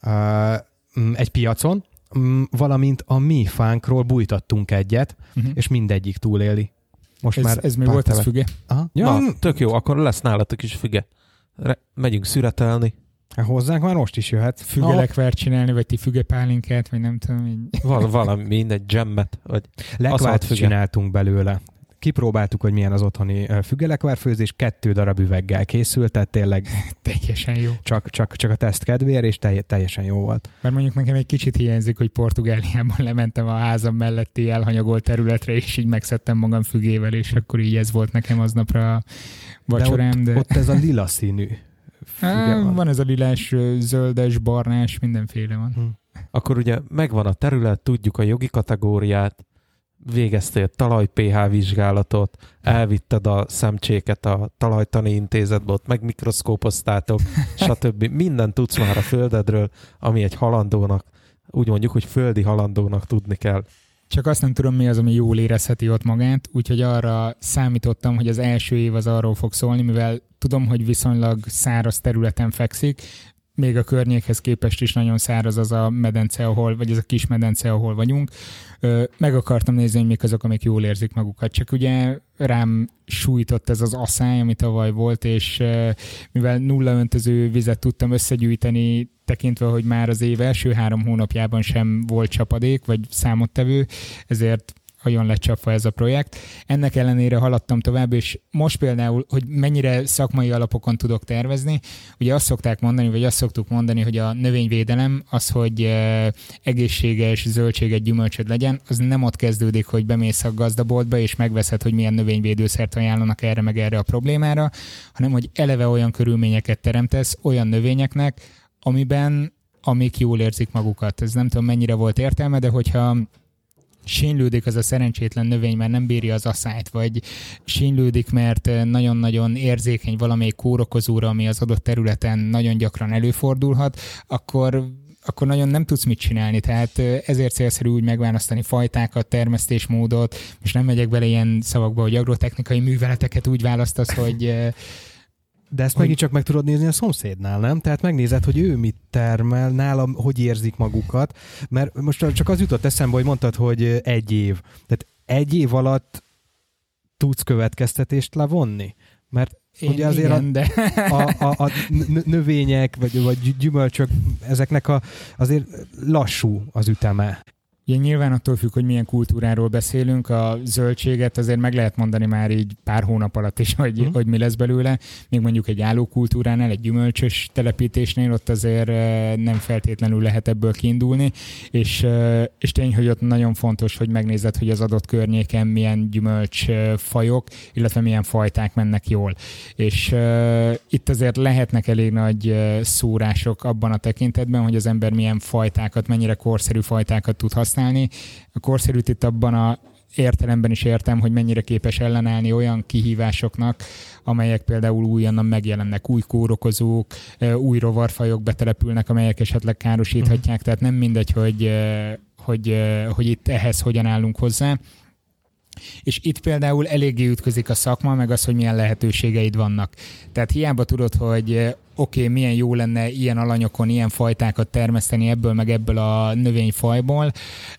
Egy piacon, valamint a mi fánkról bújtattunk egyet, és mindegyik túléli. Most ez mi volt, ez füge? Aha. Ja, tök jó, akkor lesz nálatok is füge. Megyünk szüretelni. Hozzánk már most is jöhet. Fügelekvárt csinálni, vagy ti fügepálinkát, vagy nem tudom. Valami, mindegy, dzsemmet, vagy lekvárt csináltunk belőle. Kipróbáltuk, hogy milyen az otthoni fügelekvárfőzés, 2 darab üveggel készült, tehát tényleg teljesen jó. Csak a teszt kedvéért, és teljesen jó volt. Mert mondjuk nekem egy kicsit hiányzik, hogy Portugáliában lementem a házam melletti elhanyagolt területre, és így megszedtem magam fügével, és akkor így ez volt nekem aznapra a vacsorám. De ott ez a lila színű füge van ez a lilás, zöldes, barnás, mindenféle van. Akkor ugye megvan a terület, tudjuk a jogi kategóriát, végeztél talaj-pH vizsgálatot, elvitted a szemcséket a talajtani intézetbe, ott megmikroszkópoztátok, stb. Mindent tudsz már a földedről, ami egy halandónak, úgy mondjuk, hogy földi halandónak tudni kell. Csak azt nem tudom, mi az, ami jól érezheti ott magát, úgyhogy arra számítottam, hogy az első év az arról fog szólni, mivel tudom, hogy viszonylag száraz területen fekszik, még a környékhez képest is nagyon száraz az a medence, vagy ez a kis medence, ahol vagyunk. Meg akartam nézni, hogy mik azok, amik jól érzik magukat. Csak ugye rám sújtott ez az asszály, ami tavaly volt, és mivel 0 öntöző vizet tudtam összegyűjteni, tekintve, hogy már az év első 3 hónapjában sem volt csapadék, vagy számottevő, ezért nagyon lecsapva ez a projekt. Ennek ellenére haladtam tovább, és most például, hogy mennyire szakmai alapokon tudok tervezni, ugye azt szokták mondani, vagy azt szoktuk mondani, hogy a növényvédelem az, hogy egészséges zöldséget, gyümölcsöd legyen, az nem ott kezdődik, hogy bemész a gazdaboltba, és megveszed, hogy milyen növényvédőszert ajánlanak erre meg erre a problémára, hanem hogy eleve olyan körülményeket teremtesz olyan növényeknek, amik jól érzik magukat. Ez nem tudom, mennyire volt értelme, de hogyha sínylődik az a szerencsétlen növény, mert nem bírja az asszályt, vagy sínylődik, mert nagyon-nagyon érzékeny valamelyik kórokozóra, ami az adott területen nagyon gyakran előfordulhat, akkor nagyon nem tudsz mit csinálni. Tehát ezért célszerű úgy megválasztani fajtákat, termesztésmódot, és nem megyek bele ilyen szavakba, hogy agrotechnikai műveleteket úgy választasz, hogy... De ezt megint csak meg tudod nézni a szomszédnál, nem? Tehát megnézed, hogy ő mit termel, nálam hogy érzik magukat, mert most csak az jutott eszembe, hogy mondtad, hogy 1 év. Tehát 1 év alatt tudsz következtetést levonni? Mert ugye azért a növények, vagy gyümölcsök, ezeknek azért lassú az üteme. Ugye nyilván attól függ, hogy milyen kultúráról beszélünk, a zöldséget azért meg lehet mondani már így pár hónap alatt is, hogy mi lesz belőle. Még mondjuk egy állókultúránál, egy gyümölcsös telepítésnél ott azért nem feltétlenül lehet ebből kiindulni, és tény, hogy ott nagyon fontos, hogy megnézed, hogy az adott környéken milyen gyümölcsfajok, illetve milyen fajták mennek jól. És itt azért lehetnek elég nagy szórások abban a tekintetben, hogy az ember milyen fajtákat, mennyire korszerű fajtákat tud használni. A korszerűt itt abban a értelemben is értem, hogy mennyire képes ellenállni olyan kihívásoknak, amelyek például újonnan megjelennek, új kórokozók, új rovarfajok betelepülnek, amelyek esetleg károsíthatják, tehát nem mindegy, hogy itt ehhez hogyan állunk hozzá. És itt például eléggé ütközik a szakma, meg az, hogy milyen lehetőségeid vannak. Tehát hiába tudod, hogy oké, milyen jó lenne ilyen alanyokon, ilyen fajtákat termeszteni ebből, meg ebből a növényfajból,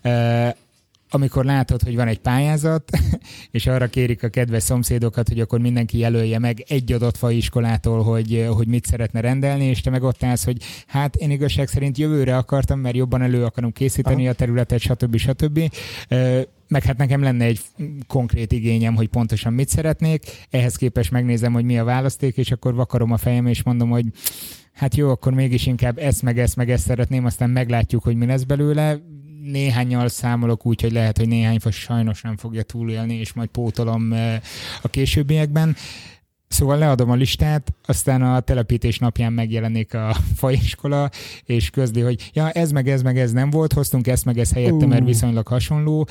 amikor látod, hogy van egy pályázat, és arra kérik a kedves szomszédokat, hogy akkor mindenki jelölje meg egy adott fajiskolától, hogy mit szeretne rendelni, és te meg ott állsz, hogy hát én igazság szerint jövőre akartam, mert jobban elő akarom készíteni a területet, stb. Meg hát nekem lenne egy konkrét igényem, hogy pontosan mit szeretnék, ehhez képest megnézem, hogy mi a választék, és akkor vakarom a fejem, és mondom, hogy hát jó, akkor mégis inkább ezt meg ezt szeretném, aztán meglátjuk, hogy mi lesz belőle. Néhánnyal számolok úgy, hogy lehet, hogy néhány faj sajnos nem fogja túlélni, és majd pótolom a későbbiekben. Szóval leadom a listát, aztán a telepítés napján megjelenik a fajiskola, és közli, hogy ja, ez nem volt, hoztunk ezt meg ezt helyette, mert viszonylag hasonló.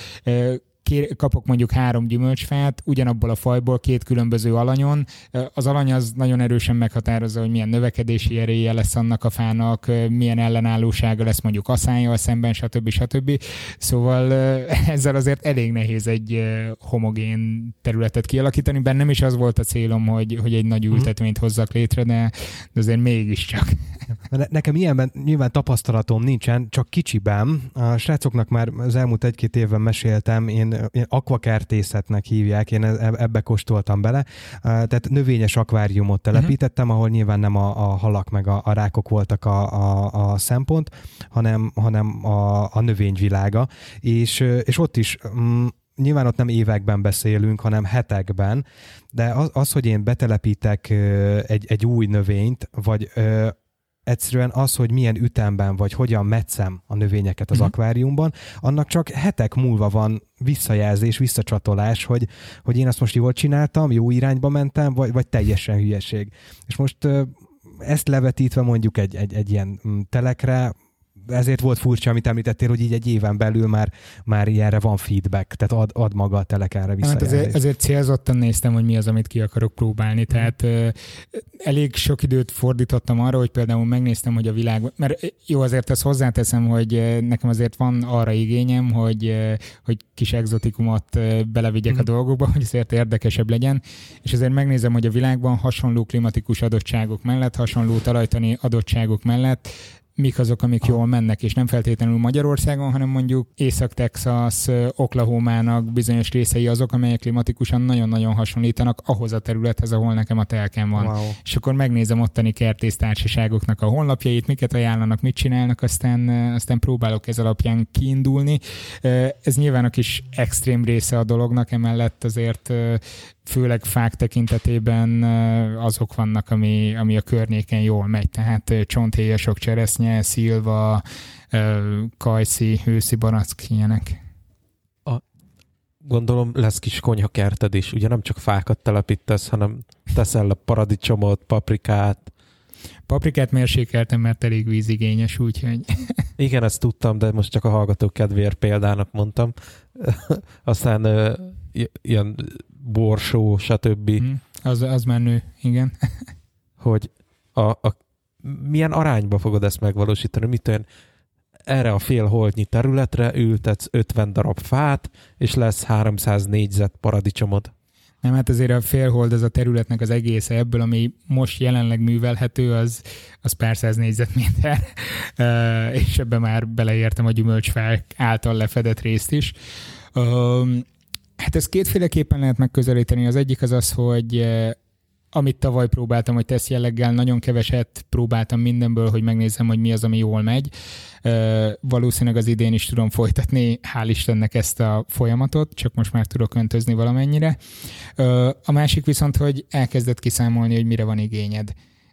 Kapok mondjuk 3 gyümölcsfát, ugyanabból a fajból 2 különböző alanyon. Az alany az nagyon erősen meghatározza, hogy milyen növekedési erélye lesz annak a fának, milyen ellenállósága lesz mondjuk aszályjal szemben, stb. Szóval ezzel azért elég nehéz egy homogén területet kialakítani. Bennem is az volt a célom, hogy egy nagy ültetményt hozzak létre, de azért mégiscsak. Nekem ilyenben nyilván tapasztalatom nincsen, csak kicsiben. A srácoknak már az elmúlt 1-2 évben meséltem, én akvakertészetnek hívják, én ebbe kóstoltam bele. Tehát növényes akváriumot telepítettem, ahol nyilván nem a halak meg a rákok voltak a szempont, hanem a növényvilága. És ott is nyilván ott nem években beszélünk, hanem hetekben, de az, hogy én betelepítek egy új növényt, vagy egyszerűen az, hogy milyen ütemben, vagy hogyan metszem a növényeket az akváriumban, annak csak hetek múlva van visszajelzés, visszacsatolás, hogy én azt most jól csináltam, jó irányba mentem, vagy teljesen hülyeség. És most ezt levetítve mondjuk egy ilyen telekre, ezért volt furcsa, amit említettél, hogy így egy éven belül már ilyenre van feedback, tehát ad maga a telekára visszajelzést. Hát ezért célzottan néztem, hogy mi az, amit ki akarok próbálni. Tehát elég sok időt fordítottam arra, hogy például megnéztem, hogy a világban, mert jó, azért ezt hozzáteszem, hogy nekem azért van arra igényem, hogy kis egzotikumot belevigyek a dolgokba, hogy azért érdekesebb legyen, és azért megnézem, hogy a világban hasonló klimatikus adottságok mellett, hasonló talajtani adottságok mellett mik azok, amik jól mennek, és nem feltétlenül Magyarországon, hanem mondjuk Észak-Texas, Oklahomának bizonyos részei azok, amelyek klimatikusan nagyon-nagyon hasonlítanak ahhoz a területhez, ahol nekem a telkem van. Wow. És akkor megnézem ottani kertésztársaságoknak a honlapjait, miket ajánlanak, mit csinálnak, aztán próbálok ez alapján kiindulni. Ez nyilván a kis extrém része a dolognak, emellett azért főleg fák tekintetében azok vannak, ami a környéken jól megy. Tehát csonthéjasok, cseresznye, szilva, kajszi, őszi barack, ilyenek. Gondolom lesz kis konyhakerted is. Ugye nem csak fákat telepítesz, hanem teszel a paradicsomot, paprikát. Paprikát mérsékeltem, mert elég vízigényes, úgyhogy... Igen, ezt tudtam, de most csak a hallgatók kedvéért példának mondtam. Aztán ilyen borsó, stb. Az már nő, igen. Hogy milyen arányba fogod ezt megvalósítani? Mit olyan erre a fél holdnyi területre ültetsz 50 darab fát, és lesz 300 négyzet paradicsomod. Nem, hát azért a félhold az a területnek az egésze, ebből, ami most jelenleg művelhető, az pár száz négyzetméter, és ebbe már beleértem a gyümölcsfák által lefedett részt is. Hát ezt kétféleképpen lehet megközelíteni. Az egyik az, hogy amit tavaly próbáltam, hogy teszt jelleggel, nagyon keveset próbáltam mindenből, hogy megnézzem, hogy mi az, ami jól megy. Valószínűleg az idén is tudom folytatni, hál' Istennek ezt a folyamatot, csak most már tudok öntözni valamennyire. A másik viszont, hogy elkezdett kiszámolni, hogy mire van igényed.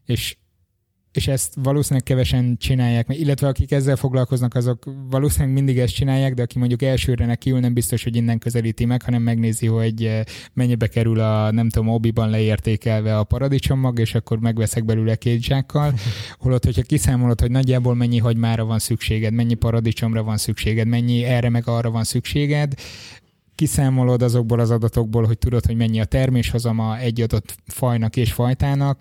És ezt valószínűleg kevesen csinálják, illetve akik ezzel foglalkoznak, azok valószínűleg mindig ezt csinálják, de aki mondjuk elsőre nekiül, nem biztos, hogy innen közelíti meg, hanem megnézi, hogy mennyibe kerül a, nem tudom, Obiban leértékelve a paradicsommag, és akkor megveszek belőle 2 zsákkal. Holott, hogyha kiszámolod, hogy nagyjából mennyi hagymára van szükséged, mennyi paradicsomra van szükséged, mennyi erre meg arra van szükséged, kiszámolod azokból az adatokból, hogy tudod, hogy mennyi a terméshozama egy adott fajnak és fajtának,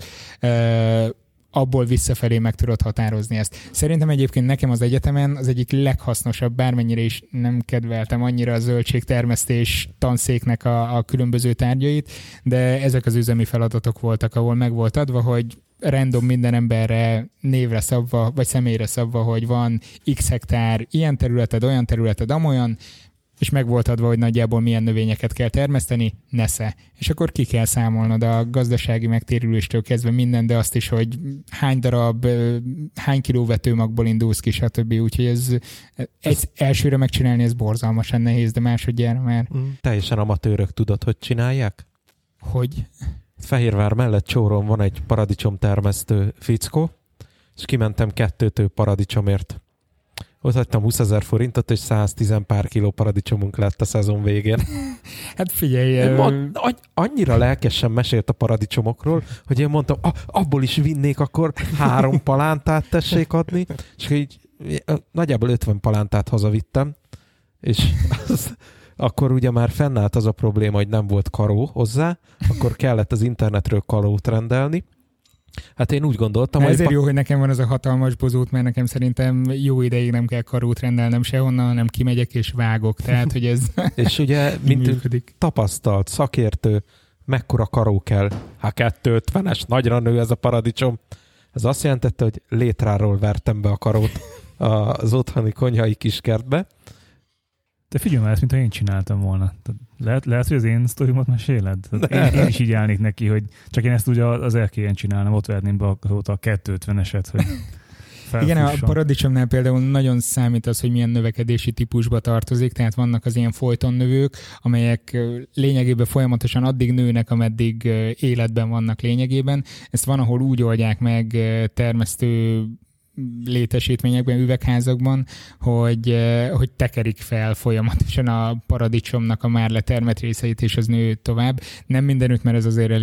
abból visszafelé meg tudod határozni ezt. Szerintem egyébként nekem az egyetemen az egyik leghasznosabb, bármennyire is nem kedveltem annyira a zöldségtermesztés tanszéknek a különböző tárgyait, de ezek az üzemi feladatok voltak, ahol meg volt adva, hogy random minden emberre névre szabva, vagy személyre szabva, hogy van x hektár ilyen területed, olyan területed, amolyan, és meg volt adva, hogy nagyjából milyen növényeket kell termeszteni, nesze. És akkor ki kell számolnod a gazdasági megtérüléstől kezdve minden, de azt is, hogy hány darab, hány kiló vetőmagból indulsz ki, stb. Úgyhogy ez elsőre megcsinálni, ez borzalmasan nehéz, de másodjára már. Teljesen amatőrök, tudod, hogy csinálják? Hogy? Fehérvár mellett Csóron van egy paradicsomtermesztő fickó, és kimentem 2 paradicsomért. Ott hagytam 20 000 forintot, és 110 pár kiló paradicsomunk lett a szezon végén. Hát figyelj... Annyira lelkesen mesélt a paradicsomokról, hogy én mondtam, abból is vinnék, akkor 3 palántát tessék adni, és így nagyjából 50 palántát hazavittem, és akkor ugye már fennállt az a probléma, hogy nem volt karó hozzá, akkor kellett az internetről karót rendelni. Hát én úgy gondoltam, hogy... Ezért jó, hogy nekem van ez a hatalmas bozót, mert nekem szerintem jó ideig nem kell karót rendelnem sehonnan, hanem kimegyek és vágok. Tehát, hogy ez és ugye, mint tapasztalt szakértő, mekkora karó kell? Hát 250-es, nagyra nő ez a paradicsom. Ez azt jelentette, hogy létráról vertem be a karót az otthoni konyhai kiskertbe. Te figyelj már, ezt mintha én csináltam volna. Lehet, hogy az én sztorimat meséled? Én is így állnék neki, hogy csak én ezt ugye az erkélyen csinálnám, ott verném be a 250-eset, hogy felfusson. Igen, a paradicsomnál például nagyon számít az, hogy milyen növekedési típusba tartozik, tehát vannak az ilyen folytonnövők, amelyek lényegében folyamatosan addig nőnek, ameddig életben vannak lényegében. Ezt van, ahol úgy oldják meg termesztő létesítményekben, üvegházakban, hogy tekerik fel folyamatosan a paradicsomnak a már letermett részeit, és az nő tovább. Nem mindenütt, mert ez azért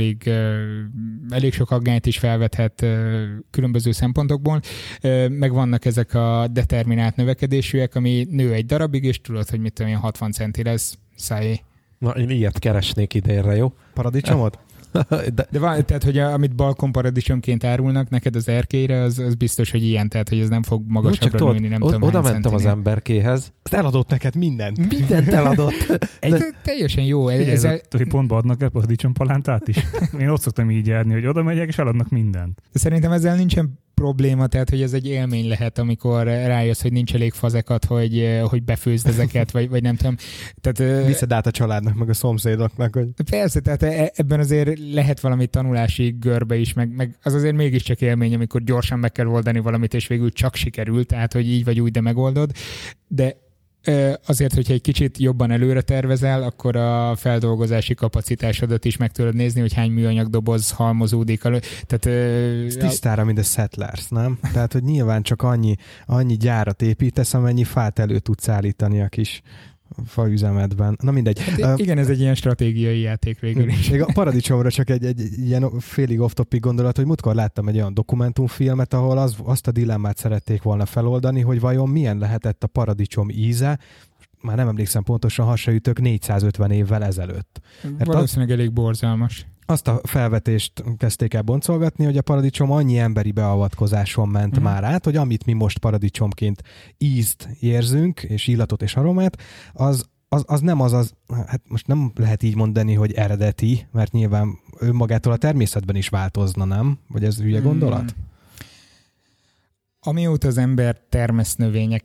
elég sok aggályt is felvethet különböző szempontokból. Meg vannak ezek a determinált növekedésűek, ami nő egy darabig, és tudod, hogy mit tudom én, 60 centi lesz, szájé. Na, én ilyet keresnék idénre, jó? Paradicsomot? De van, tehát, hogy amit balkonparadicsomként árulnak neked az erkélyre, az biztos, hogy ilyen, tehát, hogy ez nem fog magasabbra nőni, nem tudom. Oda mentem az emberkéhez. Ezt eladott neked mindent. Mindent eladott. Teljesen jó. Hogy pontba adnak el paradicsompalántát is. Én ott szoktam így járni, hogy oda megyek, és eladnak mindent. Szerintem ezzel nincsen probléma, tehát hogy ez egy élmény lehet, amikor rájössz, hogy nincs elég fazekat, hogy befőzd ezeket, vagy nem tudom. Tehát, viszed át a családnak, meg a szomszédoknak. Hogy... Persze, tehát ebben azért lehet valami tanulási görbe is, meg az azért mégiscsak élmény, amikor gyorsan meg kell oldani valamit, és végül csak sikerül, tehát hogy így vagy úgy, de megoldod. De azért, hogyha egy kicsit jobban előre tervezel, akkor a feldolgozási kapacitásodat is meg tudod nézni, hogy hány műanyag doboz halmozódik. Tehát, ez tisztára, mint a Settlers, nem? Tehát, hogy nyilván csak annyi gyárat építesz, amennyi fát elő tudsz állítani a kis faüzemedben. Na mindegy. Hát igen, ez egy ilyen stratégiai játék végül is. Még a paradicsomra csak egy ilyen félig off-topic gondolat, hogy múltkor láttam egy olyan dokumentumfilmet, ahol azt a dilemmát szerették volna feloldani, hogy vajon milyen lehetett a paradicsom íze, már nem emlékszem pontosan, hasonlítők 450 évvel ezelőtt. Valószínűleg elég borzalmas. Azt a felvetést kezdték el boncolgatni, hogy a paradicsom annyi emberi beavatkozáson ment már át, hogy amit mi most paradicsomként ízt érzünk, és illatot és aromát, az nem hát most nem lehet így mondani, hogy eredeti, mert nyilván önmagától a természetben is változna, nem? Vagy ez hülye gondolat? Amióta az ember termeszt növényeket,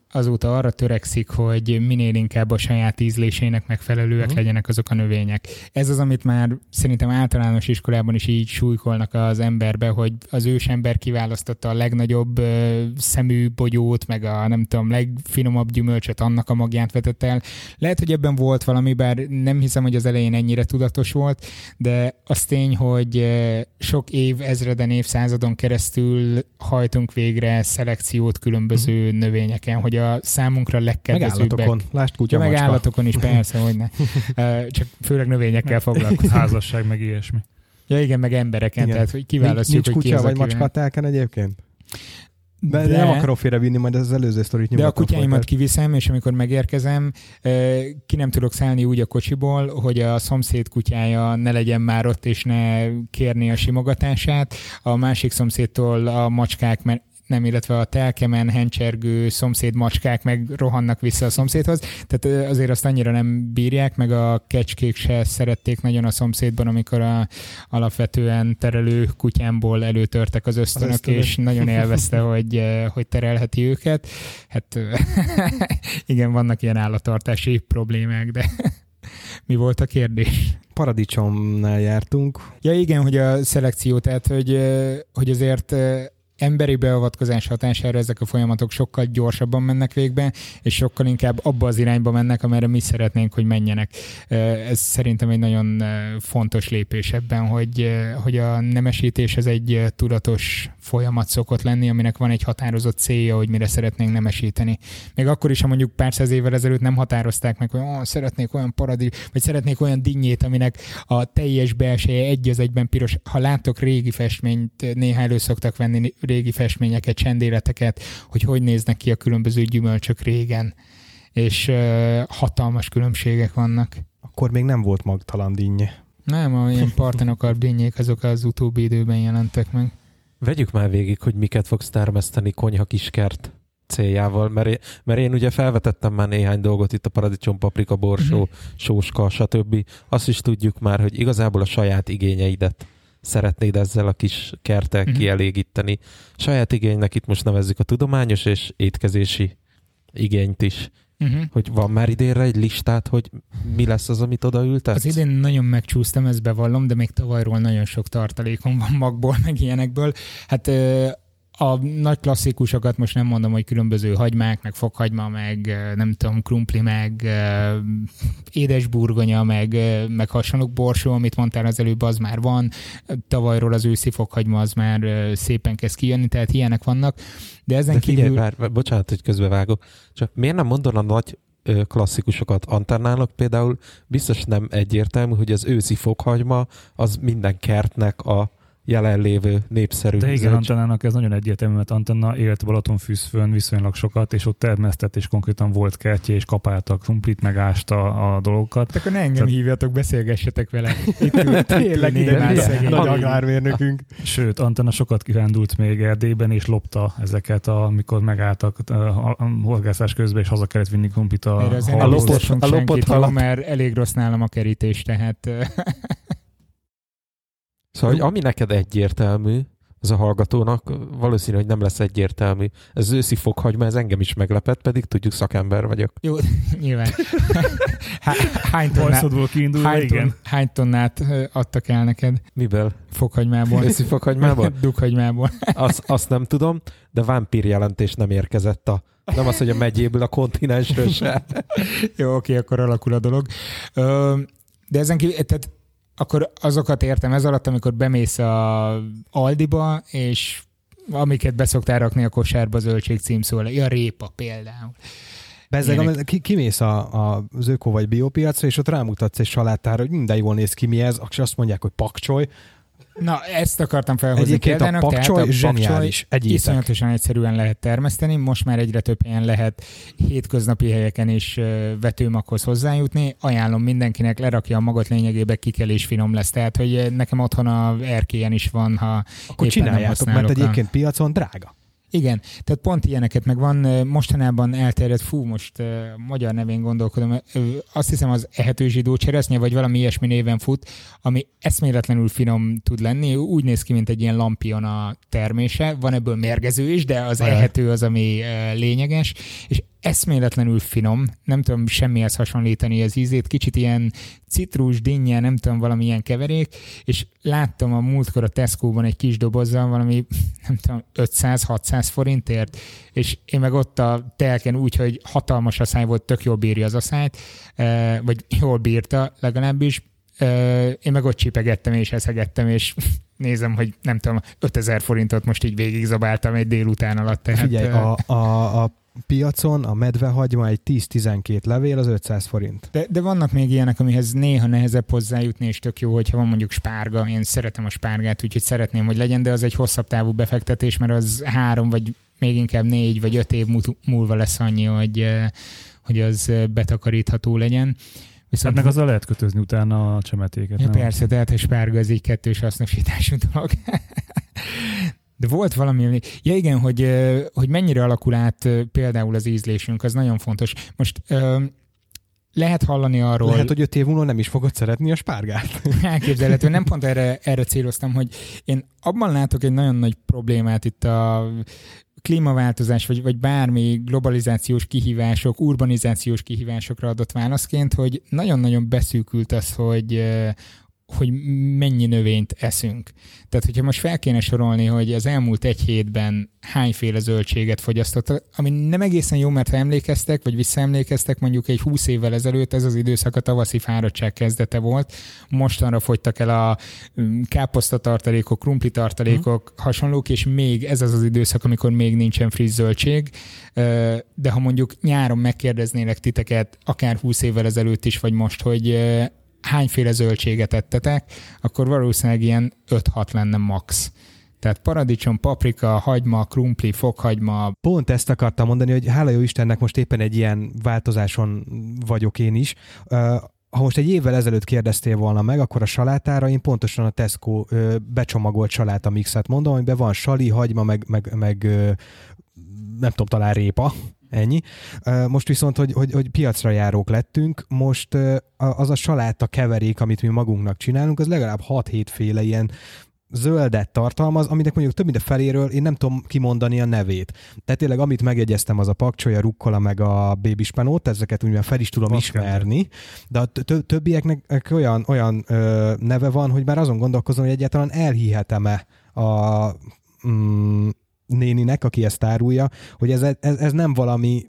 azóta arra törekszik, hogy minél inkább a saját ízlésének megfelelőek legyenek azok a növények. Ez az, amit már szerintem általános iskolában is így súlykolnak az emberbe, hogy az ősember kiválasztotta a legnagyobb szemű bogyót, meg a nem tudom, legfinomabb gyümölcsöt, annak a magját vetett el. Lehet, hogy ebben volt valami, bár nem hiszem, hogy az elején ennyire tudatos volt, de az tény, hogy sok ezreden, évszázadon keresztül hajtunk végre szelekciót különböző növényeken, hogy a számunkra legkedvezőbbek. Meg állatokon, lásd kutya, meg állatokon is, persze, hogy ne. Csak főleg növényekkel foglalkozunk. Házasság, meg ilyesmi. Ja igen, meg embereken, igen. Tehát hogy kiválasztjuk, nincs hogy ki kutya az, vagy macska telken egyébként? De nem akarok félrevinni, majd az előző sztorit nyugodtan. De a kutyáimat kiviszem, és amikor megérkezem, ki nem tudok szállni úgy a kocsiból, hogy a szomszéd kutyája ne legyen már ott, és ne kérni a simogatását. A másik szomszédtól a macskák, illetve a telkemen hencsergő szomszéd macskák meg rohannak vissza a szomszédhoz. Tehát azért azt annyira nem bírják, meg a kecskék se szerették nagyon a szomszédban, amikor alapvetően terelő kutyámból előtörtek az ösztönök, és nagyon élvezte, hogy terelheti őket. Hát igen, vannak ilyen állattartási problémák, de mi volt a kérdés? Paradicsomnál jártunk. Ja igen, hogy a szelekció, tehát hogy azért emberi beavatkozás hatására ezek a folyamatok sokkal gyorsabban mennek végbe, és sokkal inkább abba az irányba mennek, amerre mi szeretnénk, hogy menjenek. Ez szerintem egy nagyon fontos lépés ebben, hogy a nemesítés ez egy tudatos folyamat szokott lenni, aminek van egy határozott célja, hogy mire szeretnénk nemesíteni. Még akkor is, ha mondjuk pár száz évvel ezelőtt nem határozták meg, hogy szeretnék olyan vagy szeretnék olyan dinnyét, aminek a teljes belseje egy az egyben piros. Ha láttok régi festményt, néha elő szoktak venni régi festményeket, csendéleteket, hogy néznek ki a különböző gyümölcsök régen, és hatalmas különbségek vannak. Akkor még nem volt magtalan dinnye. Nem, ilyen partenokar dinnyék, azok az utóbbi időben jelentek meg. Vegyük már végig, hogy miket fogsz termeszteni konyha kiskert céljával, mert én ugye felvetettem már néhány dolgot itt, a paradicsom, paprika, borsó, sóska, stb. Azt is tudjuk már, hogy igazából a saját igényeidet szeretnéd ezzel a kis kerttel kielégíteni. Saját igénynek itt most nevezzük a tudományos és étkezési igényt is. Hogy van már idénre egy listát, hogy mi lesz az, amit odaültetsz? Az idén nagyon megcsúsztam, ezt bevallom, de még tavalyról nagyon sok tartalékom van magból, meg ilyenekből. Hát a nagy klasszikusokat most nem mondom, hogy különböző hagymák, meg fokhagyma, meg nem tudom, krumpli, meg édesburgonya, meg hasonlók, borsó, amit mondtál az előbb, az már van. Tavalyról az őszi fokhagyma az már szépen kezd kijönni, tehát ilyenek vannak. De ezen figyelj, bocsánat, hogy közbevágok, csak miért nem mondod a nagy klasszikusokat? Antennának például biztos nem egyértelmű, hogy az őszi fokhagyma az minden kertnek a jelenlévő népszerű. De igen, Antennának ez nagyon egyértelmű, mert Antenna élt Balatonfürdőn viszonylag sokat, és ott termesztett, és konkrétan volt kertje, és kapálta a krumplit, megásta a dolgokat. Akkor ne engem hívjatok, beszélgessetek vele. Tényleg ide nagy agrármérnökünk. Sőt, Antenna sokat kirándult még Erdélyben, és lopta ezeket, amikor megálltak a horgászás közben, és haza kellett vinni krumplit a lopott halat. Mert elég rossz nálam a kerítés, tehát... Szóval, hogy ami neked egyértelmű, az a hallgatónak valószínű, hogy nem lesz egyértelmű. Ez őszi fokhagyma, ez engem is meglepett, pedig tudjuk, szakember vagyok. Jó, nyilván. Hány tonnát adtak el neked? Miből? Fokhagymából. Őszi fokhagymából? Dughagymából. Azt nem tudom, de vámpír jelentés nem érkezett nem az, hogy a megyéből, a kontinensről se. Jó, oké, akkor alakul a dolog. De ezen kívül, tehát akkor azokat értem ez alatt, amikor bemész a Aldiba, és amiket beszoktál rakni a kosárba, zöldség címszó, a répa például. Bezzeg, kimész az öko vagy biopiacra, és ott rámutatsz egy saláttára, hogy minden jól néz ki, mi ez, és azt mondják, hogy pakcsoly. Na, ezt akartam felhozni egyébként példának. A pakcsoly zseniális. Iszonyatosan egyszerűen lehet termeszteni, most már egyre több helyen lehet hétköznapi helyeken is vetőmaghoz hozzájutni. Ajánlom mindenkinek, lerakja a magot, lényegében kikelés finom lesz. Tehát, hogy nekem otthon a erkélyen is van, ha akkor éppen csináljátok, nem mert egyébként piacon drága. Igen, tehát pont ilyeneket meg van, mostanában elterjedt, most magyar nevén gondolkodom, azt hiszem az ehető zsidó cseresznye, vagy valami ilyesmi néven fut, ami eszméletlenül finom tud lenni, úgy néz ki, mint egy ilyen lampion a termése, van ebből mérgező is, de az ehető az, ami lényeges, és eszméletlenül finom, nem tudom semmihez hasonlítani az ízét, kicsit ilyen citrus, dinnye, nem tudom, valamilyen keverék, és láttam a múltkor a Tesco-ban egy kis dobozzal valami, nem tudom, 500-600 forintért, és én meg ott a telken úgy, hogy hatalmas aszály volt, tök jól bírja az aszályt, vagy jól bírta legalábbis, én meg ott csipegettem és eszegettem, és nézem, hogy nem tudom, 5000 forintot most így végigzabáltam egy délután alatt. Tehát, figyelj, a piacon a medvehagyma egy 10-12 levél az 500 forint. De vannak még ilyenek, amihez néha nehezebb hozzájutni, és tök jó, hogyha van mondjuk spárga. Én szeretem a spárgát, úgyhogy szeretném, hogy legyen, de az egy hosszabb távú befektetés, mert az 3 vagy még inkább 4 vagy 5 év múlva lesz annyi, hogy az betakarítható legyen. Viszont meg azzal lehet kötözni utána a csemetéket. Ja, persze, tehát a spárga az így kettős hasznosítású dolog. De volt valami, ja igen, hogy mennyire alakul át például az ízlésünk, az nagyon fontos. Most lehet hallani arról... Lehet, hogy 5 év múlva nem is fogod szeretni a spárgát. Elképzelhető. Nem pont erre céloztam, hogy én abban látok egy nagyon nagy problémát itt a klímaváltozás, vagy bármi globalizációs kihívások, urbanizációs kihívásokra adott válaszként, hogy nagyon-nagyon beszűkült az, hogy mennyi növényt eszünk. Tehát, hogyha most fel kéne sorolni, hogy az elmúlt egy hétben hányféle zöldséget fogyasztottak, ami nem egészen jó, mert ha emlékeztek, vagy visszaemlékeztek, mondjuk egy 20 évvel ezelőtt ez az időszak a tavaszi fáradtság kezdete volt, mostanra fogytak el a káposztatartalékok, krumplitartalékok, hasonlók, és még ez az időszak, amikor még nincsen friss zöldség, de ha mondjuk nyáron megkérdeznélek titeket, akár 20 évvel ezelőtt is, vagy most, hogy hányféle zöldséget ettetek, akkor valószínűleg ilyen 5-6 lenne max. Tehát paradicsom, paprika, hagyma, krumpli, fokhagyma. Pont ezt akartam mondani, hogy hála jó Istennek most éppen egy ilyen változáson vagyok én is. Ha most egy évvel ezelőtt kérdeztél volna meg, akkor a salátára én pontosan a Tesco becsomagolt saláta mixet mondom, amiben van sali, hagyma, meg nem tudom, talán répa. Ennyi. Most viszont, hogy piacra járók lettünk, most az a saláta keverék, amit mi magunknak csinálunk, az legalább 6-7 féle ilyen zöldet tartalmaz, aminek mondjuk több mint a feléről én nem tudom kimondani a nevét. Tehát tényleg, amit megjegyeztem, az a pakcsolya, rukkola, meg a babyspenót, ezeket úgy fel is tudom ismerni, de a többieknek olyan neve van, hogy már azon gondolkozom, hogy egyáltalán elhihetem-e a néninek, aki ezt árulja, hogy ez nem valami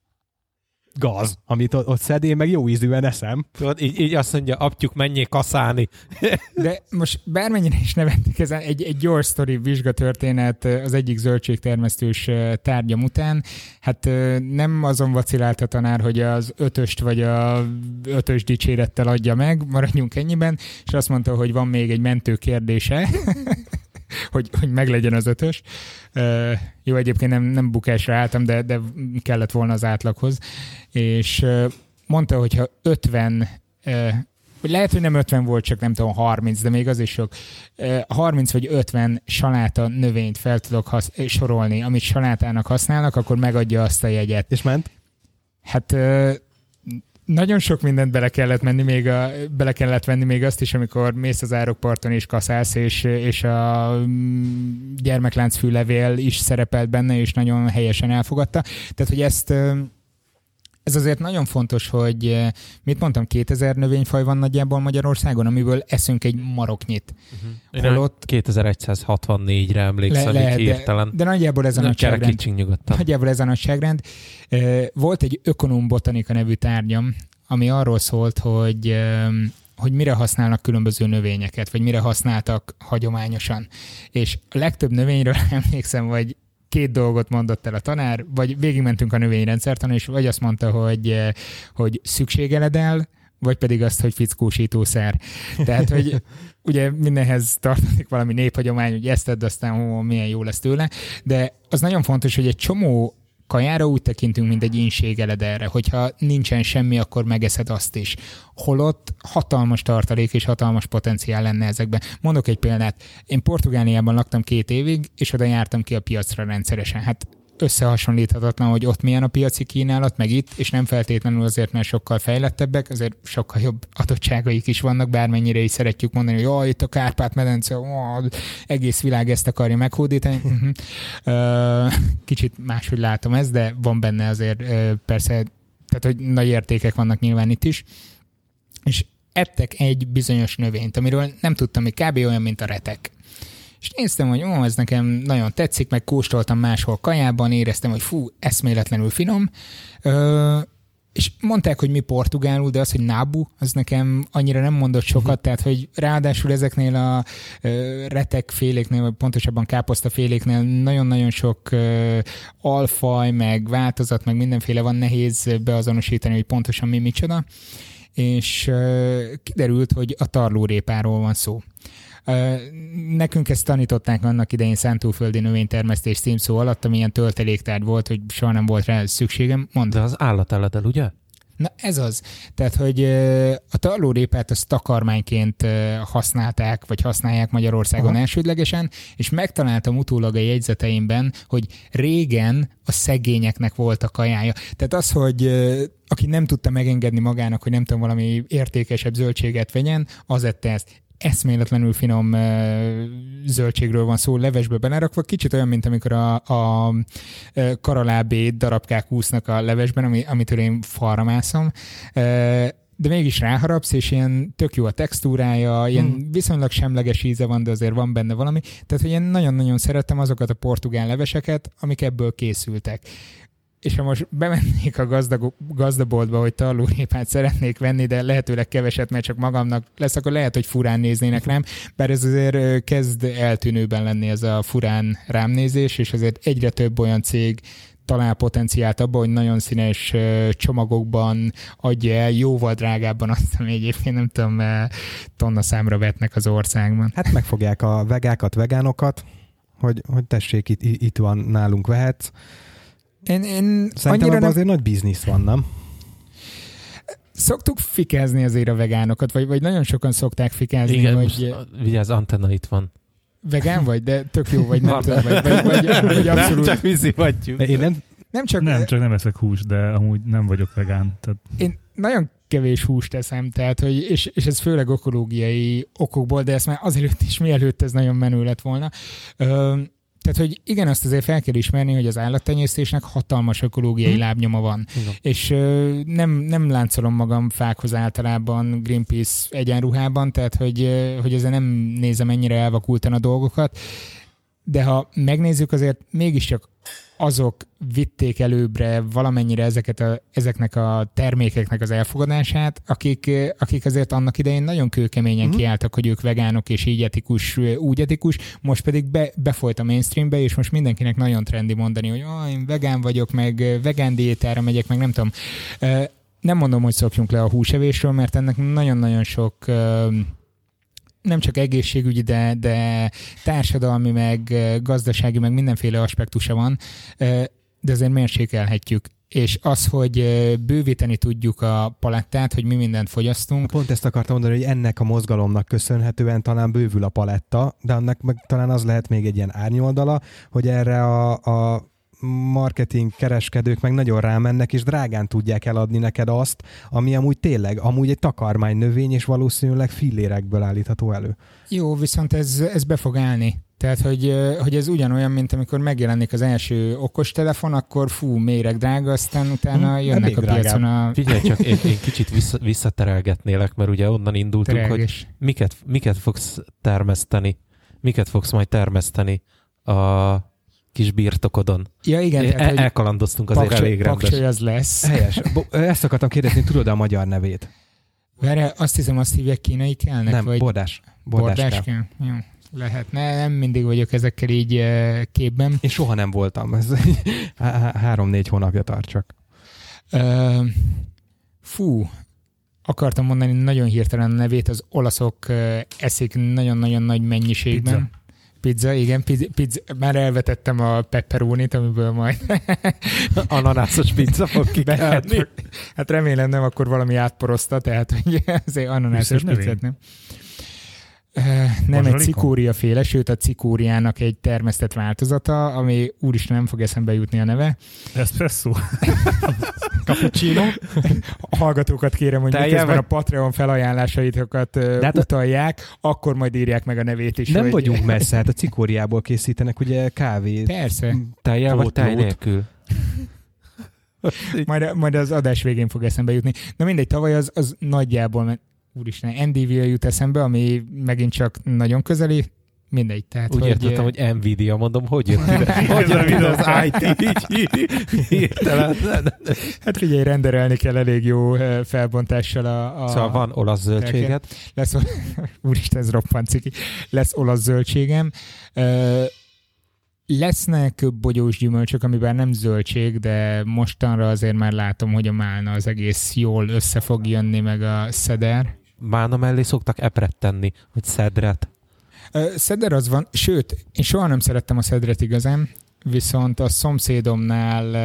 gaz, amit ott szed, én meg jó ízűen eszem. Tudod, így azt mondja, apjuk, menjél kaszálni. De most bármennyire is nevették, ez egy gyors sztori vizsgatörténet az egyik zöldségtermesztős tárgyam után. Hát nem azon vacilált a tanár, hogy az 5-öst vagy a 5-ös dicsérettel adja meg, maradjunk ennyiben, és azt mondta, hogy van még egy mentő kérdése, hogy meglegyen az 5-ös. Jó, egyébként nem bukásra álltam, de kellett volna az átlaghoz. És mondta, hogyha 50, vagy lehet, hogy nem 50 volt, csak nem tudom, 30, de még az is sok. 30 vagy 50 saláta növényt fel tudok sorolni, amit salátának használnak, akkor megadja azt a jegyet. És ment? Hát... nagyon sok mindent bele kellett venni még azt is, amikor mész az árokparton és kaszálsz, és a gyermekláncfűlevél is szerepelt benne, és nagyon helyesen elfogadta. Tehát, hogy ez azért nagyon fontos, hogy mit mondtam, 2000 növényfaj van nagyjából Magyarországon, amiből eszünk egy maroknyit. Holott 2164-re emlékszem, hirtelen. De nagyjából ez a nagyságrend. Nagyjából ez a nagyságrend. Volt egy ökonóm botanika nevű tárgyam, ami arról szólt, hogy mire használnak különböző növényeket, vagy mire használtak hagyományosan. És a legtöbb növényről emlékszem, vagy 2 dolgot mondott el a tanár, vagy végigmentünk a növényrendszertan, és vagy azt mondta, hogy szükségeled el, vagy pedig azt, hogy fickósítószer. Tehát, hogy ugye mindenhez tartozik valami néphagyomány, hogy ezt tedd, aztán milyen jó lesz tőle, de az nagyon fontos, hogy egy csomó kajára úgy tekintünk, mint egy ínségeled erre, hogyha nincsen semmi, akkor megeszed azt is. Holott hatalmas tartalék és hatalmas potenciál lenne ezekben. Mondok egy példát. Én Portugáliában laktam 2 évig, és oda jártam ki a piacra rendszeresen. Hát összehasonlíthatatlan, hogy ott milyen a piaci kínálat, meg itt, és nem feltétlenül azért, mert sokkal fejlettebbek, azért sokkal jobb adottságaik is vannak, bármennyire is szeretjük mondani, hogy jaj, itt a Kárpát-medence, egész világ ezt akarja meghódítani. Kicsit máshogy látom ezt, de van benne azért persze, tehát hogy nagy értékek vannak nyilván itt is. És ettek egy bizonyos növényt, amiről nem tudtam, hogy kb. Olyan, mint a retek. És néztem, hogy ez nekem nagyon tetszik, meg kóstoltam máshol kajában, éreztem, hogy eszméletlenül finom. És mondták, hogy mi portugálul, de az, hogy nábu, az nekem annyira nem mondott sokat, tehát, hogy ráadásul ezeknél a retekféléknél, vagy pontosabban káposztaféléknél nagyon-nagyon sok alfaj, meg változat, meg mindenféle van, nehéz beazonosítani, hogy pontosan mi micsoda. És kiderült, hogy a tarlórépáról van szó. Nekünk ezt tanították annak idején szántóföldi növénytermesztés címszó alatt, ami ilyen tölteléktárgy volt, hogy soha nem volt rá szükségem. De az állateledel, ugye? Na ez az. Tehát, hogy a tarlórépát azt takarmányként használták, vagy használják Magyarországon elsődlegesen, és megtaláltam utólag a jegyzeteimben, hogy régen a szegényeknek volt a kajája. Tehát az, hogy aki nem tudta megengedni magának, hogy nem tudom, valami értékesebb zöldséget vegyen, az ette ezt. Eszméletlenül finom zöldségről van szó, levesbe belerakva, kicsit olyan, mint amikor a karalábé darabkák úsznak a levesben, amitől én falra mászom, de mégis ráharapsz, és ilyen tök jó a textúrája, ilyen viszonylag semleges íze van, de azért van benne valami. Tehát, hogy én nagyon-nagyon szerettem azokat a portugál leveseket, amik ebből készültek. És ha most bemennék a gazdaboltba, hogy tarlórépát szeretnék venni, de lehetőleg keveset, mert csak magamnak lesz, akkor lehet, hogy furán néznének rám, bár ez azért kezd eltűnőben lenni ez a furán rámnézés, és azért egyre több olyan cég talál potenciált abban, hogy nagyon színes csomagokban adja el, jóval drágábban azt, ami egyébként nem tudom, tonna számra vetnek az országban. Hát megfogják a vegánokat, hogy tessék, itt van, nálunk vehetsz. Szerintem ebben azért nagy biznisz van, nem? Szoktuk fikázni azért a vegánokat, vagy nagyon sokan szokták fikázni. Igen, hogy... vigyázz, Antenna itt van. Vegán vagy, de tök jó vagy, nem tudom, vagy abszolút... Nem, csak vízivattyú. Nem csak nem eszek húst, de amúgy nem vagyok vegán. Tehát... Én nagyon kevés húst eszem, tehát, hogy, és ez főleg ökológiai okokból, de ezt már azért is, mielőtt ez nagyon menő lett volna. Tehát, hogy igen, azt azért fel kell ismerni, hogy az állattenyésztésnek hatalmas ökológiai lábnyoma van. Igen. És nem láncolom magam fákhoz általában Greenpeace egyenruhában, tehát, hogy ezzel nem nézem ennyire elvakultan a dolgokat, de ha megnézzük, azért mégiscsak azok vitték előbbre valamennyire ezeknek a termékeknek az elfogadását, akik azért annak idején nagyon kőkeményen kiálltak, hogy ők vegánok, és így etikus, úgy etikus, most pedig befolyt a mainstreambe, és most mindenkinek nagyon trendi mondani, hogy én vegán vagyok, meg vegán diétára megyek, meg nem tudom. Nem mondom, hogy szokjunk le a húsevésről, mert ennek nagyon-nagyon sok nem csak egészségügyi, de társadalmi, meg gazdasági, meg mindenféle aspektusa van, de azért mérsékelhetjük. És az, hogy bővíteni tudjuk a palettát, hogy mi mindent fogyasztunk. Pont ezt akartam mondani, hogy ennek a mozgalomnak köszönhetően talán bővül a paletta, de annak meg talán az lehet még egy ilyen árnyoldala, hogy erre a marketing kereskedők meg nagyon rámennek, és drágán tudják eladni neked azt, ami amúgy tényleg, egy takarmány növény, és valószínűleg fillérekből állítható elő. Jó, viszont ez be fog állni. Tehát, hogy ez ugyanolyan, mint amikor megjelenik az első okostelefon, akkor méreg drága, aztán utána jönnek a piacon a... Figyelj csak, én kicsit visszaterelgetnélek, mert ugye onnan indultunk, Terelges. Hogy miket fogsz termeszteni, miket fogsz majd termeszteni a kis birtokodon. Ja, igen. Tehát, elkalandoztunk azért elég rendes. Pakcsoly az lesz. Helyes. Ezt akartam kérdezni, tudod a magyar nevét? Várj, azt hiszem, azt hívják kínai kellnek? Nem, vagy... bordás. Bordás kell. Jó, lehet. Nem mindig vagyok ezekkel így képben. Én soha nem voltam. Ez 3-4 hónapja tart csak. Akartam mondani nagyon hirtelen a nevét, az olaszok eszik nagyon-nagyon nagy mennyiségben. Pizza, igen, pizza. Már elvetettem a pepperonit, amiből majd... Ananászos pizza fog kikelni. Hát remélem nem, akkor valami átporozta, tehát hogy azért ananászos pizzát nem. Nem egy cikóriaféle, sőt a cikóriának egy termesztett változata, ami úristen nem fog eszembe jutni a neve. Espresso. Cappuccino. A hallgatókat kérem, hogy miközben a Patreon felajánlásaitokat utalják, akkor majd írják meg a nevét is. Nem vagyunk messze, hát a cikóriából készítenek ugye kávét. Persze. Tejjel vagy tej nélkül? Majd az adás végén fog eszembe jutni. Na mindegy, tavaly az nagyjából, úristen, NDVIA jut eszembe, ami megint csak nagyon közeli, mindegy. Tehát, úgy értettem, hogy Nvidia, mondom, hogy jött ide? Hogy jött ide az IT így hirtelen? Hát figyelj, renderelni kell elég jó felbontással a Szóval van olasz zöldséged? Úristen, ez roppant ciki. Lesz olasz zöldségem. Lesznek bogyós gyümölcsök, amiben nem zöldség, de mostanra azért már látom, hogy a málna az egész jól össze fog jönni, meg a szeder. Málna mellé szoktak epret tenni, hogy szedret. Szeder az van, sőt, én soha nem szerettem a szedret igazán, viszont a szomszédomnál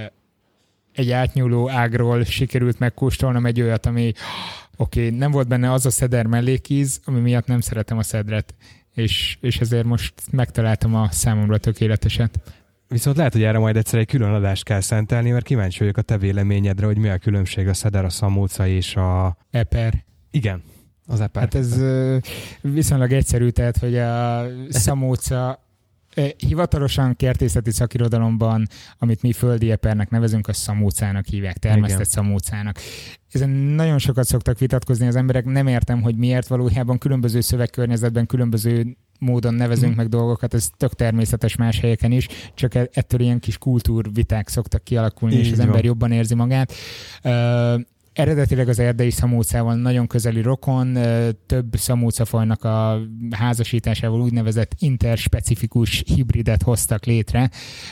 egy átnyúló ágról sikerült megkóstolnom egy olyat, ami nem volt benne az a szeder mellékíz, ami miatt nem szeretem a szedret. És ezért most megtaláltam a számomra tökéleteset. Viszont lehet, hogy erre majd egyszer egy külön adást kell szentelni, mert kíváncsi vagyok a te véleményedre, hogy mi a különbség a szeder, a szamóca és a... Eper. Igen, az eper. Hát ez viszonylag egyszerű, tehát, hogy a szamóca hivatalosan kertészeti szakirodalomban, amit mi földi epernek nevezünk, a szamócának hívják, termesztett szamócának. Ezen nagyon sokat szoktak vitatkozni az emberek, nem értem, hogy miért valójában különböző szövegkörnyezetben különböző módon nevezünk meg dolgokat, ez tök természetes más helyeken is, csak ettől ilyen kis kultúrviták szoktak kialakulni, és az ember jobban érzi magát. Eredetileg az erdei szamócával nagyon közeli rokon, több szamócafajnak a házasításával úgynevezett interspecifikus hibridet hoztak létre,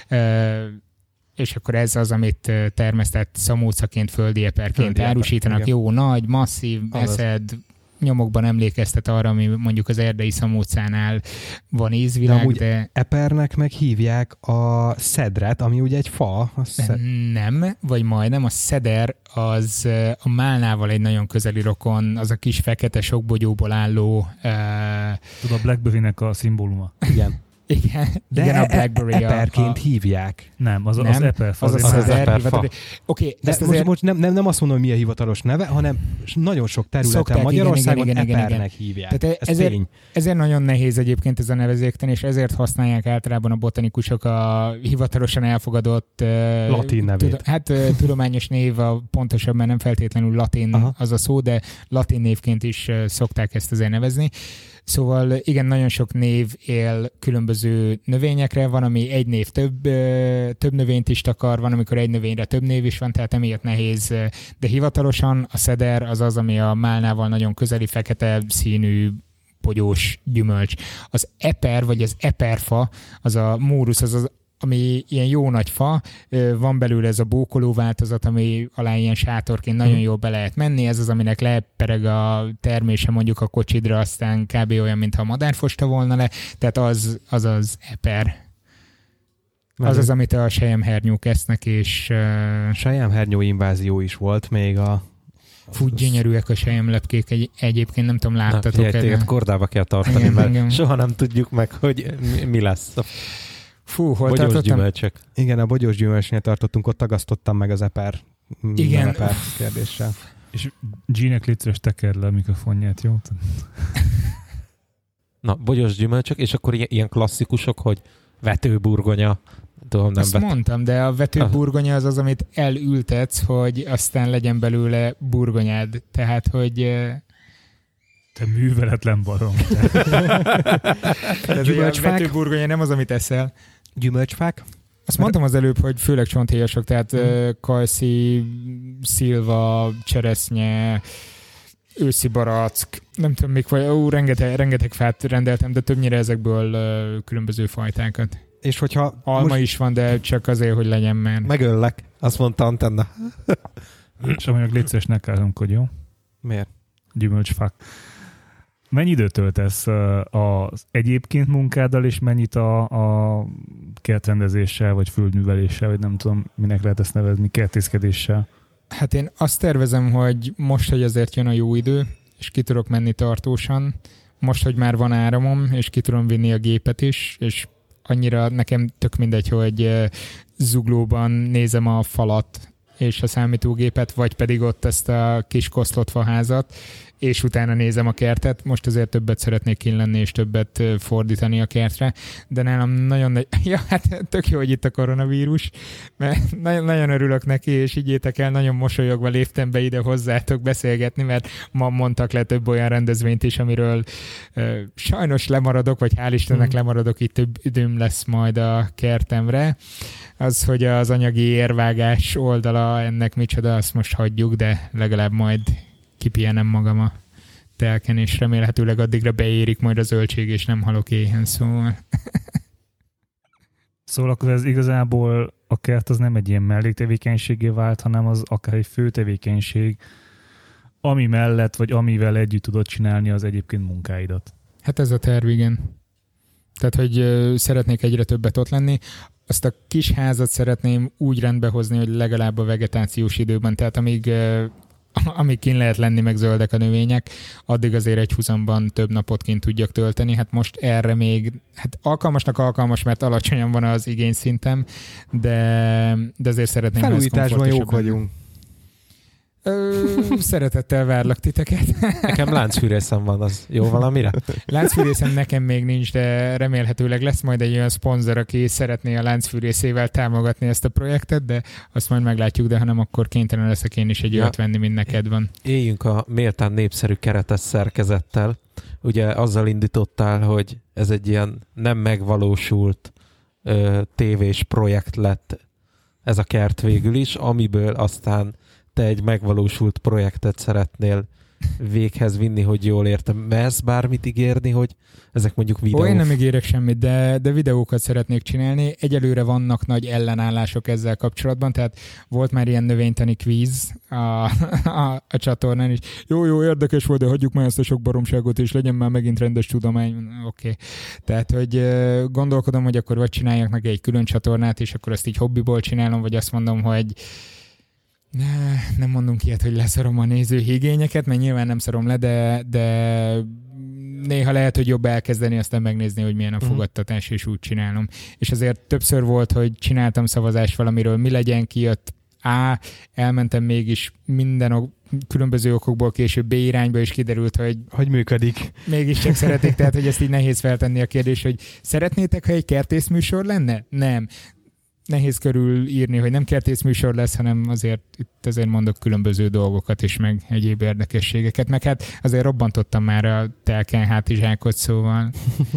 és akkor ez az, amit termesztett szamócaként, földi eperként árusítanak. Igen. Jó, nagy, masszív, eszed, nyomokban emlékeztet arra, ami mondjuk az erdei szamócánál van ízvilág, de... Epernek meg hívják a szedret, ami ugye egy fa. Nem, vagy majdnem. A szeder az a málnával egy nagyon közeli rokon, az a kis fekete sok bogyóból álló... Tudod, a Blackberry-nek a szimbóluma. Igen. De igen, a Blackberry eperként hívják. Nem, az eperfa. Az a szeder. Oké, most nem azt mondom, hogy mi a hivatalos neve, hanem nagyon sok területen szokták, Magyarországon epernek hívják. Tehát ezért nagyon nehéz egyébként ez a nevezékteni, és ezért használják általában a botanikusok a hivatalosan elfogadott latin nevét. Tudományos név, pontosabb, mert nem feltétlenül latin az a szó, de latin névként is szokták ezt azért nevezni. Szóval igen, nagyon sok név él különböző növényekre, van, ami egy név több növényt is takar, van, amikor egy növényre több név is van, tehát emiatt nehéz, de hivatalosan a szeder az az, ami a málnával nagyon közeli, fekete színű, bogyós gyümölcs. Az eper, vagy az eperfa, az a mórus, az ami ilyen jó nagy fa, van belőle ez a bókoló változat, ami alá ilyen sátorként nagyon jól be lehet menni, ez az, aminek lepereg a termése mondjuk a kocsidra, aztán kb. Olyan, mintha a madár fosta volna le, tehát az eper. Az az, amit a selyemhernyók esznek, és... Selyemhernyó invázió is volt még a... Fú, gyönyörűek a selyemlepkék, egyébként nem tudom, láttatok-e? Téged kordába kell tartani, mert soha nem tudjuk meg, hogy mi lesz. Fú, hol bogyós tartottam? Gyümölcsök. Igen, a bogyós gyümölcsnél tartottunk, ott tagasztottam meg az eper kérdéssel. És G-nek létszeres tekerd le a mikrofonját, jó? Na, bogyós gyümölcsök, és akkor ilyen klasszikusok, hogy vetőburgonya. Azt mondtam, de a vetőburgonya az az, amit elültetsz, hogy aztán legyen belőle burgonyád. Tehát, hogy... Te műveletlen barom. A vetőburgonya nem az, amit eszel. Gyümölcsfák? Azt mondtam az előbb, hogy főleg csonthéjasok, tehát kajszi, szilva, cseresznye, őszi barack, nem tudom még, rengeteg fát rendeltem, de többnyire ezekből különböző fajtákat. És hogyha... Alma is van, de csak azért, hogy legyen már. Megöllek, azt mondta Antenna. És amelyek létszeres ne káromkodj, jó? Miért? Gyümölcsfák. Mennyi időt töltesz az egyébként munkáddal, és mennyit a kertrendezéssel, vagy földműveléssel, vagy nem tudom, minek lehet ezt nevezni, kertészkedéssel? Hát én azt tervezem, hogy most, hogy azért jön a jó idő, és ki tudok menni tartósan, most, hogy már van áramom, és ki tudom vinni a gépet is, és annyira nekem tök mindegy, hogy zuglóban nézem a falat és a számítógépet, vagy pedig ott ezt a kis koszlotfaházat, és utána nézem a kertet. Most azért többet szeretnék kint lenni, és többet fordítani a kertre, de nálam nagyon nagy... Ja, hát tök jó, hogy itt a koronavírus, mert nagyon örülök neki, és higgyétek el, nagyon mosolyogva léptem be ide hozzátok beszélgetni, mert ma mondtak le több olyan rendezvényt is, amiről sajnos lemaradok, vagy hál' Istennek lemaradok, itt több időm lesz majd a kertemre. Az, hogy az anyagi érvágás oldala ennek micsoda, azt most hagyjuk, de legalább majd kipihenem magam a telken, és remélhetőleg addigra beérik majd a zöldség, és nem halok éhen, szóval. Szóval akkor ez igazából a kert az nem egy ilyen melléktevékenységé vált, hanem az akár egy fő tevékenység, ami mellett, vagy amivel együtt tudod csinálni az egyébként munkáidat. Hát ez a terv, igen. Tehát, hogy szeretnék egyre többet ott lenni. Azt a kis házat szeretném úgy rendbehozni, hogy legalább a vegetációs időben, tehát amíg kint lehet lenni, meg zöldek a növények, addig azért egy huzamban több napot kint tudjak tölteni. Hát most erre még, hát alkalmas, mert alacsonyan van az igényszintem, de azért szeretném, ha ez komfortosabb. Felújításban jók vagyunk. Szeretettel várlak titeket. Nekem láncfűrészem van, az jó valamire? Láncfűrészem nekem még nincs, de remélhetőleg lesz majd egy olyan szponzor, aki szeretné a láncfűrészével támogatni ezt a projektet, de azt majd meglátjuk, de ha nem, akkor kénytelen leszek én is egy olyat venni, mint neked van. Éljünk a méltán népszerű keretes szerkezettel. Ugye azzal indítottál, hogy ez egy ilyen nem megvalósult tévés projekt lett ez a kert végül is, amiből aztán te egy megvalósult projektet szeretnél véghez vinni, hogy jól értem. Mersz bármit ígérni, hogy ezek mondjuk videók? Én nem ígérek semmit, de videókat szeretnék csinálni. Egyelőre vannak nagy ellenállások ezzel kapcsolatban, tehát volt már ilyen növénytani kvíz a csatornán is. Jó, érdekes volt, de hagyjuk már ezt a sok baromságot, és legyen már megint rendes tudomány. Oké. Tehát, hogy gondolkodom, hogy akkor vagy csináljak meg egy külön csatornát, és akkor azt így hobbiból csinálom, vagy azt mondom, hogy nem mondunk ilyet, hogy leszarom a nézői igényeket, mert nyilván nem szarom le, de néha lehet, hogy jobb elkezdeni, aztán megnézni, hogy milyen a fogadtatás, és úgy csinálom. És azért többször volt, hogy csináltam szavazást valamiről, mi legyen, kijött A, elmentem mégis minden különböző okokból később B irányba, és kiderült, hogy működik. Mégiscsak szeretik, tehát hogy ezt így nehéz feltenni a kérdés, hogy szeretnétek, ha egy kertészműsor lenne? Nem. Nehéz körül írni, hogy nem kertészműsor lesz, hanem azért mondok különböző dolgokat is, meg egyéb érdekességeket, meg hát azért robbantottam már a telken hátizsákot, szóval.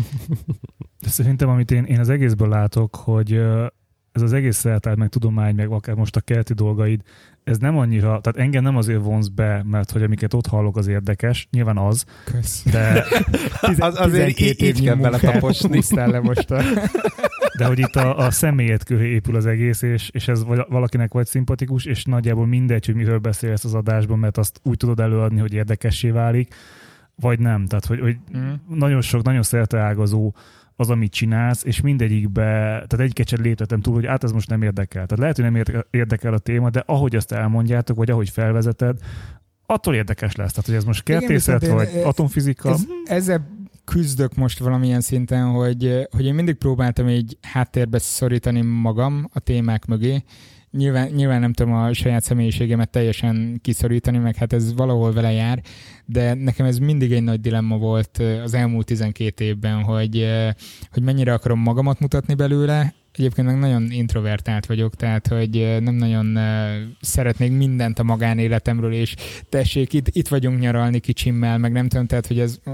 De szerintem, amit én az egészből látok, hogy ez az egész szertár, meg tudomány, meg akár most a kerti dolgaid, ez nem annyira, tehát engem nem azért vonz be, mert hogy amiket ott hallok, az érdekes, nyilván az. Kösz. De azért így kell bele taposni. Le most de hogy itt a személyed köré épül az egész, és ez valakinek vagy szimpatikus, és nagyjából mindegy, hogy miről beszélsz az adásban, mert azt úgy tudod előadni, hogy érdekessé válik, vagy nem. Tehát, hogy nagyon sok, nagyon szerteágazó az, amit csinálsz, és mindegyikbe, tehát egyiket sem léptetem túl, hogy ez most nem érdekel. Tehát lehet, hogy nem érdekel a téma, de ahogy azt elmondjátok, vagy ahogy felvezeted, attól érdekes lesz. Tehát, hogy ez most kertészet, vagy atomfizika. Ezzel küzdök most valamilyen szinten, hogy én mindig próbáltam így háttérbe szorítani magam a témák mögé. Nyilván nem tudom a saját személyiségemet teljesen kiszorítani, meg hát ez valahol vele jár, de nekem ez mindig egy nagy dilemma volt az elmúlt 12 évben, hogy mennyire akarom magamat mutatni belőle. Egyébként meg nagyon introvertált vagyok, tehát hogy nem nagyon szeretnék mindent a magánéletemről, és tessék, itt vagyunk nyaralni kicsimmel, meg nem tudom, tehát hogy ez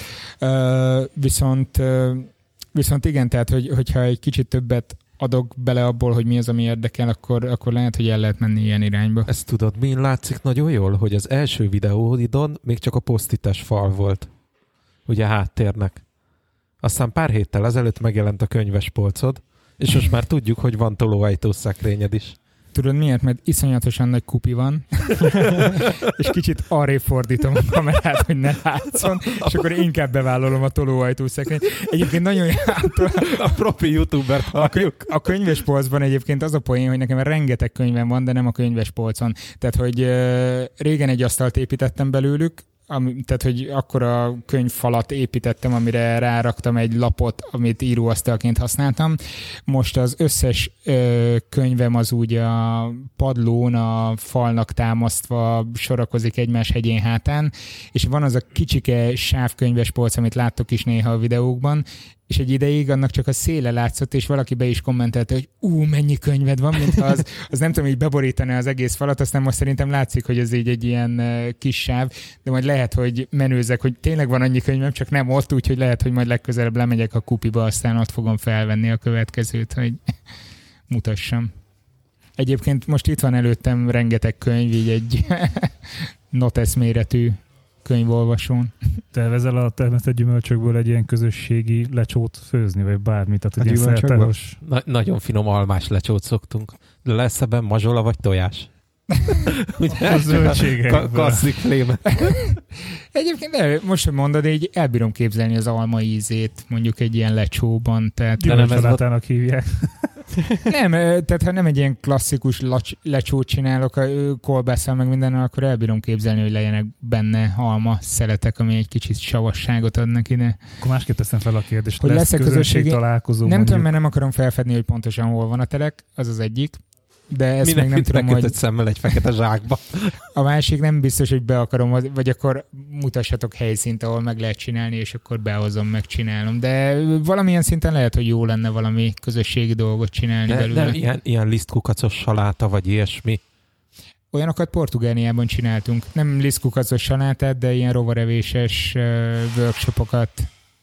viszont igen, tehát hogyha egy kicsit többet adok bele abból, hogy mi az, ami érdekel, akkor lehet, hogy el lehet menni ilyen irányba. Ezt tudod, min látszik nagyon jól, hogy az első videóidon még csak a posztites fal volt. Ugye háttérnek. Aztán pár héttel ezelőtt megjelent a könyves polcod, és most már tudjuk, hogy van tolóajtós szekrényed is. Tudod miért? Mert iszonyatosan nagy kupi van, és kicsit arrébb fordítom a kamerát, hogy ne látszon, és akkor inkább bevállalom a tolóajtós szekrényt. Egyébként nagyon a profi youtubert halljuk. A könyves polcban egyébként az a poén, hogy nekem rengeteg könyvem van, de nem a könyves polcon. Tehát, hogy régen egy asztalt építettem belőlük, tehát, hogy akkora könyvfalat építettem, amire ráraktam egy lapot, amit íróasztalként használtam. Most az összes könyvem az úgy a padlón, a falnak támasztva sorakozik egymás hegyén hátán, és van az a kicsike sávkönyves polc, amit láttok is néha a videókban, és egy ideig annak csak a széle látszott, és valaki be is kommentelte, hogy mennyi könyved van, mintha az nem tudom, így beborítaná az egész falat, aztán most szerintem látszik, hogy ez így egy ilyen kis sáv, de majd lehet, hogy menőzek, hogy tényleg van annyi könyvem, csak nem ott, úgyhogy lehet, hogy majd legközelebb lemegyek a kupiba, aztán ott fogom felvenni a következőt, hogy mutassam. Egyébként most itt van előttem rengeteg könyv, így egy notes méretű könyvolvasón. Tervezel a termesztett gyümölcsökből egy ilyen közösségi lecsót főzni, vagy bármit? Tehát, hogy szertáros... Nagyon finom almás lecsót szoktunk. De lesz ebben mazsola vagy tojás? Ugye? A zöldségekből. Klasszik fléme. Egyébként most, hogy mondod, így elbírom képzelni az alma ízét, mondjuk egy ilyen lecsóban. Gyümölcsalátának hívják. Nem, tehát ha nem egy ilyen klasszikus lecsót csinálok a kolbásszal meg mindennel, akkor elbírom képzelni, hogy legyenek benne alma szeletek, ami egy kicsit savasságot adnak ide. Akkor másképp teszem fel a kérdést. Hogy lesz közösségi találkozó? Nem tudom, mert nem akarom felfedni, hogy pontosan hol van a telek, az az egyik. De ezt még nem tudom, hogy... szemmel egy fekete zsákba. A másik nem biztos, hogy be akarom, vagy akkor mutassatok helyszínt, ahol meg lehet csinálni, és akkor behozom, megcsinálom. De valamilyen szinten lehet, hogy jó lenne valami közösségi dolgot csinálni belőle. De ilyen lisztkukacos saláta, vagy ilyesmi. Olyanokat Portugáliában csináltunk. Nem lisztkukacos salátát, de ilyen rovarevéses workshopokat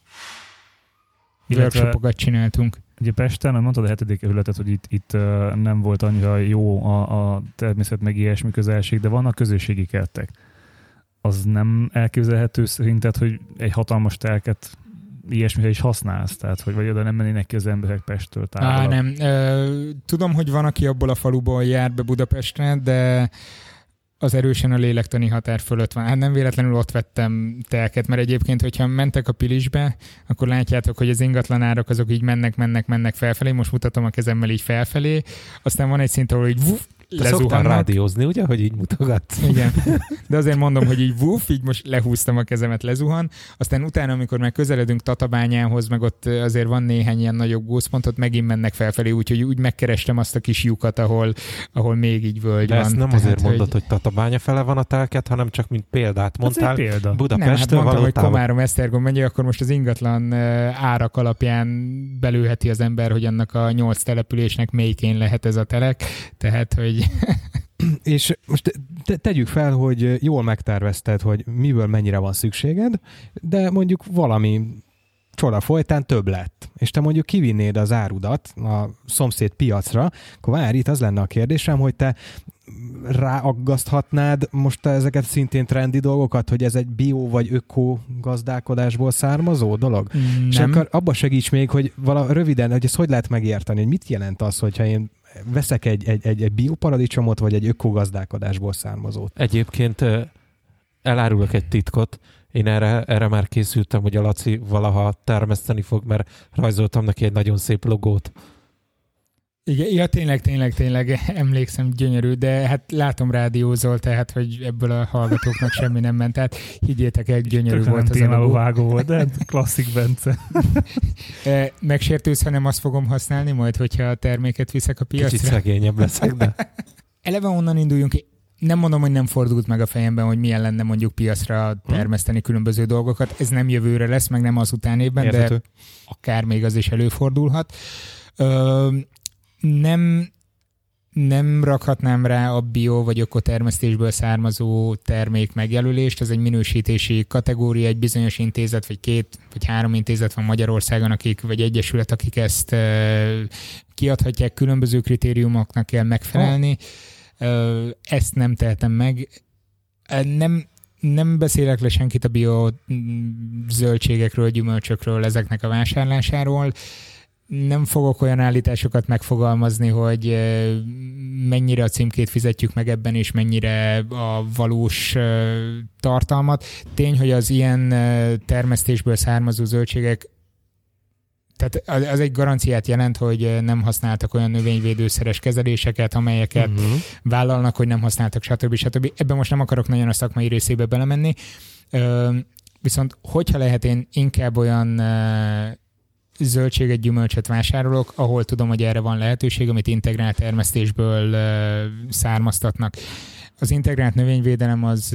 csináltunk. Ugye Pesten, mondtad a 7. kerületet, hogy itt nem volt annyira jó a természet meg ilyesmi közelség, de vannak közösségi kertek. Az nem elképzelhető szerinted, hogy egy hatalmas telket ilyesmire is használsz? Tehát, hogy vagy oda nem mennének ki az emberek Pesttől távolabb? Nem. Tudom, hogy van, aki abból a faluból jár be Budapestre, de az erősen a lélektani határ fölött van. Hát nem véletlenül ott vettem telket, mert egyébként, hogyha mentek a Pilisbe, akkor látjátok, hogy az ingatlanárak azok így mennek felfelé, most mutatom a kezemmel így felfelé, aztán van egy szint, ahol így lezuhannak. Szoktál rádiózni, ugye, hogy így mutogatsz? Igen, de azért mondom, hogy így így most lehúztam a kezemet, lezuhan. Aztán utána, amikor már közeledünk Tatabányához, meg ott azért van néhány ilyen nagyobb gócpontot, megint mennek felfelé, úgyhogy úgy megkerestem azt a kis lyukat, ahol még így völgy de van. Ezt nem azért mondod, hogy Tatabánya fele van a telket, hanem csak mint példát mondtál. Példa. Budapesttől mondtam, hogy Komárom-Esztergom megye, akkor most az ingatlan árak alapján belőheti az ember, hogy annak a 8 településnek melyikén lehet ez a telek. Tehát, hogy És most tegyük fel, hogy jól megtervezted, hogy miből mennyire van szükséged, de mondjuk valami csoda folytán több lett, és te mondjuk kivinnéd az árudat a szomszéd piacra, akkor várj, itt az lenne a kérdésem, hogy te ráaggaszthatnád most ezeket szintén trendi dolgokat, hogy ez egy bio vagy öko gazdálkodásból származó dolog? Nem. És akkor abba segíts még, hogy röviden, hogy ezt hogy lehet megérteni, hogy mit jelent az, hogyha én veszek egy bioparadicsomot, vagy egy ökogazdálkodásból származót? Egyébként elárulok egy titkot. Én erre már készültem, hogy a Laci valaha termeszteni fog, mert rajzoltam neki egy nagyon szép logót. Igen, ja, tényleg, emlékszem, gyönyörű, de hát látom rádiózol, tehát, hogy ebből a hallgatóknak semmi nem ment, tehát higgyétek el, gyönyörű volt az a logó. Vágó volt, de klasszik Bence. Megsértősz, ha nem azt fogom használni majd, hogyha a terméket viszek a piacra. Kicsit szegényebb leszek, de... Eleve onnan induljunk ki. Nem mondom, hogy nem fordult meg a fejemben, hogy milyen lenne mondjuk piacra termeszteni különböző dolgokat. Ez nem jövőre lesz, meg nem az utánében, érthető. De akár még az is előfordulhat. Nem rakhatnám rá a bio vagy ökotermesztésből származó termék megjelölést, ez egy minősítési kategória, egy bizonyos intézet, vagy 2 vagy 3 intézet van Magyarországon, vagy egyesület, akik ezt kiadhatják, különböző kritériumoknak kell megfelelni. Ezt nem tehetem meg. Nem beszélek le senkit a bio zöldségekről, gyümölcsökről, ezeknek a vásárlásáról. Nem fogok olyan állításokat megfogalmazni, hogy mennyire a címkét fizetjük meg ebben, és mennyire a valós tartalmat. Tény, hogy az ilyen termesztésből származó zöldségek Tehát az egy garanciát jelent, hogy nem használtak olyan növényvédőszeres kezeléseket, amelyeket vállalnak, hogy nem használtak, stb. Ebben most nem akarok nagyon a szakmai részébe belemenni. Viszont hogyha lehet, én inkább olyan zöldséget, gyümölcsöt vásárolok, ahol tudom, hogy erre van lehetőség, amit integrált termesztésből származtatnak. Az integrált növényvédelem az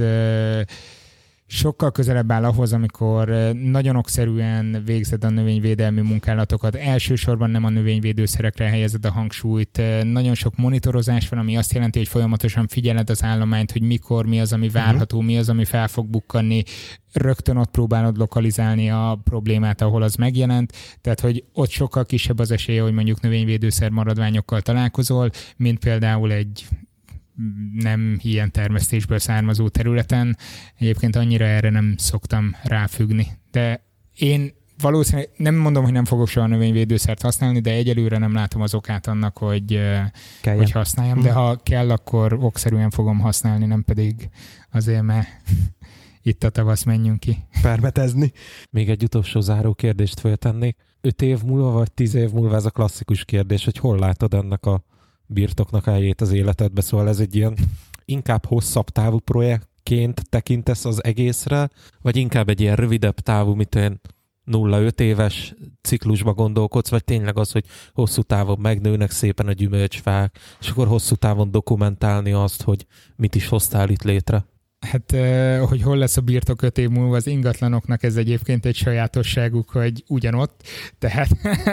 sokkal közelebb áll ahhoz, amikor nagyon okszerűen végzed a növényvédelmi munkálatokat. Elsősorban nem a növényvédőszerekre helyezed a hangsúlyt. Nagyon sok monitorozás van, ami azt jelenti, hogy folyamatosan figyeled az állományt, hogy mikor, mi az, ami várható, mi az, ami fel fog bukkanni. Rögtön ott próbálod lokalizálni a problémát, ahol az megjelent. Tehát, hogy ott sokkal kisebb az esélye, hogy mondjuk növényvédőszer maradványokkal találkozol, mint például egy nem ilyen termesztésből származó területen. Egyébként annyira erre nem szoktam ráfüggni. De én valószínűleg nem mondom, hogy nem fogok soha növényvédőszert használni, de egyelőre nem látom az okát annak, hogy használjam. De ha kell, akkor okszerűen fogom használni, nem pedig azért, mert itt a tavasz, menjünk ki. Permetezni. Még egy utolsó záró kérdést föltennék. 5 év múlva vagy 10 év múlva ez a klasszikus kérdés, hogy hol látod ennek a birtoknak helyét az életedbe, szóval ez egy ilyen inkább hosszabb távú projektként tekintesz az egészre, vagy inkább egy ilyen rövidebb távú, mint olyan 0-5 éves ciklusba gondolkodsz, vagy tényleg az, hogy hosszú távon megnőnek szépen a gyümölcsfák, és akkor hosszú távon dokumentálni azt, hogy mit is hoztál itt létre? Hát, hogy hol lesz a birtok 5 év múlva, az ingatlanoknak ez egyébként egy sajátosságuk, hogy ugyanott, tehát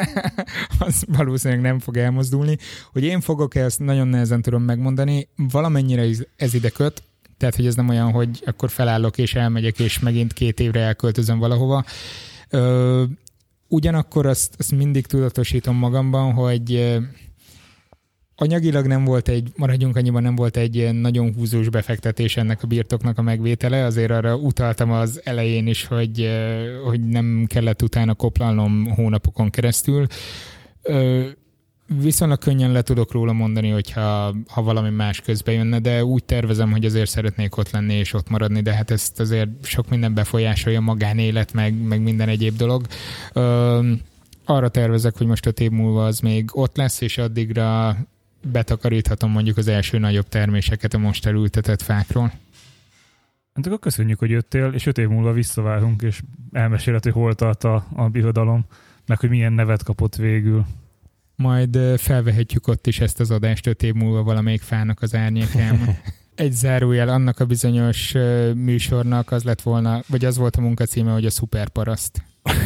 az valószínűleg nem fog elmozdulni. Hogy én fogok-e, ezt nagyon nehezen tudom megmondani, valamennyire ez ide köt, tehát hogy ez nem olyan, hogy akkor felállok és elmegyek, és megint 2 évre elköltözöm valahova. Ugyanakkor azt mindig tudatosítom magamban, hogy anyagilag maradjunk annyiban, nem volt egy nagyon húzós befektetés ennek a birtoknak a megvétele, azért arra utaltam az elején is, hogy nem kellett utána koplalnom hónapokon keresztül. Viszonylag könnyen le tudok róla mondani, hogyha valami más közbe jönne, de úgy tervezem, hogy azért szeretnék ott lenni és ott maradni, de hát ezt azért sok minden befolyásolja, magánélet, meg minden egyéb dolog. Arra tervezek, hogy most 5 év múlva az még ott lesz, és addigra betakaríthatom mondjuk az első nagyobb terméseket a most elültetett fákról. Hát akkor köszönjük, hogy jöttél, és 5 év múlva visszavárunk, és elmeséled, hogy hol tart a birodalom, meg hogy milyen nevet kapott végül. Majd felvehetjük ott is ezt az adást 5 év múlva valamelyik fának az árnyékában. Egy zárójel, annak a bizonyos műsornak az lett volna, vagy az volt a munkacíme, hogy a szuperparaszt.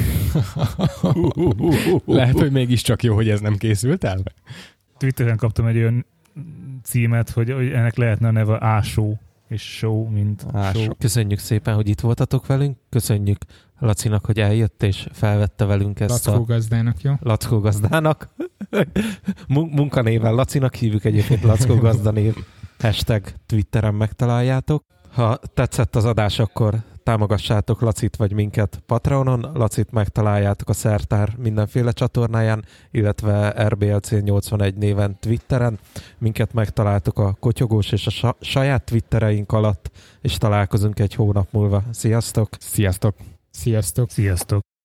Lehet, hogy mégiscsak jó, hogy ez nem készült el? Twitteren kaptam egy olyan címet, hogy ennek lehetne a neve Ásó, és show, mint show. Köszönjük szépen, hogy itt voltatok velünk. Köszönjük Lacinak, hogy eljött és felvette velünk ezt Lackó gazdának, jó? Lackó gazdának. Munkanéven Lacinak hívjuk egyébként, Lackó gazdanév. #Twitteren megtaláljátok. Ha tetszett az adás, akkor támogassátok Lacit vagy minket Patreonon. Lacit megtaláljátok a Szertár mindenféle csatornáján, illetve RBLC81 néven Twitteren. Minket megtaláltok a Kotyogós és a saját Twittereink alatt, és találkozunk egy hónap múlva. Sziasztok! Sziasztok! Sziasztok! Sziasztok!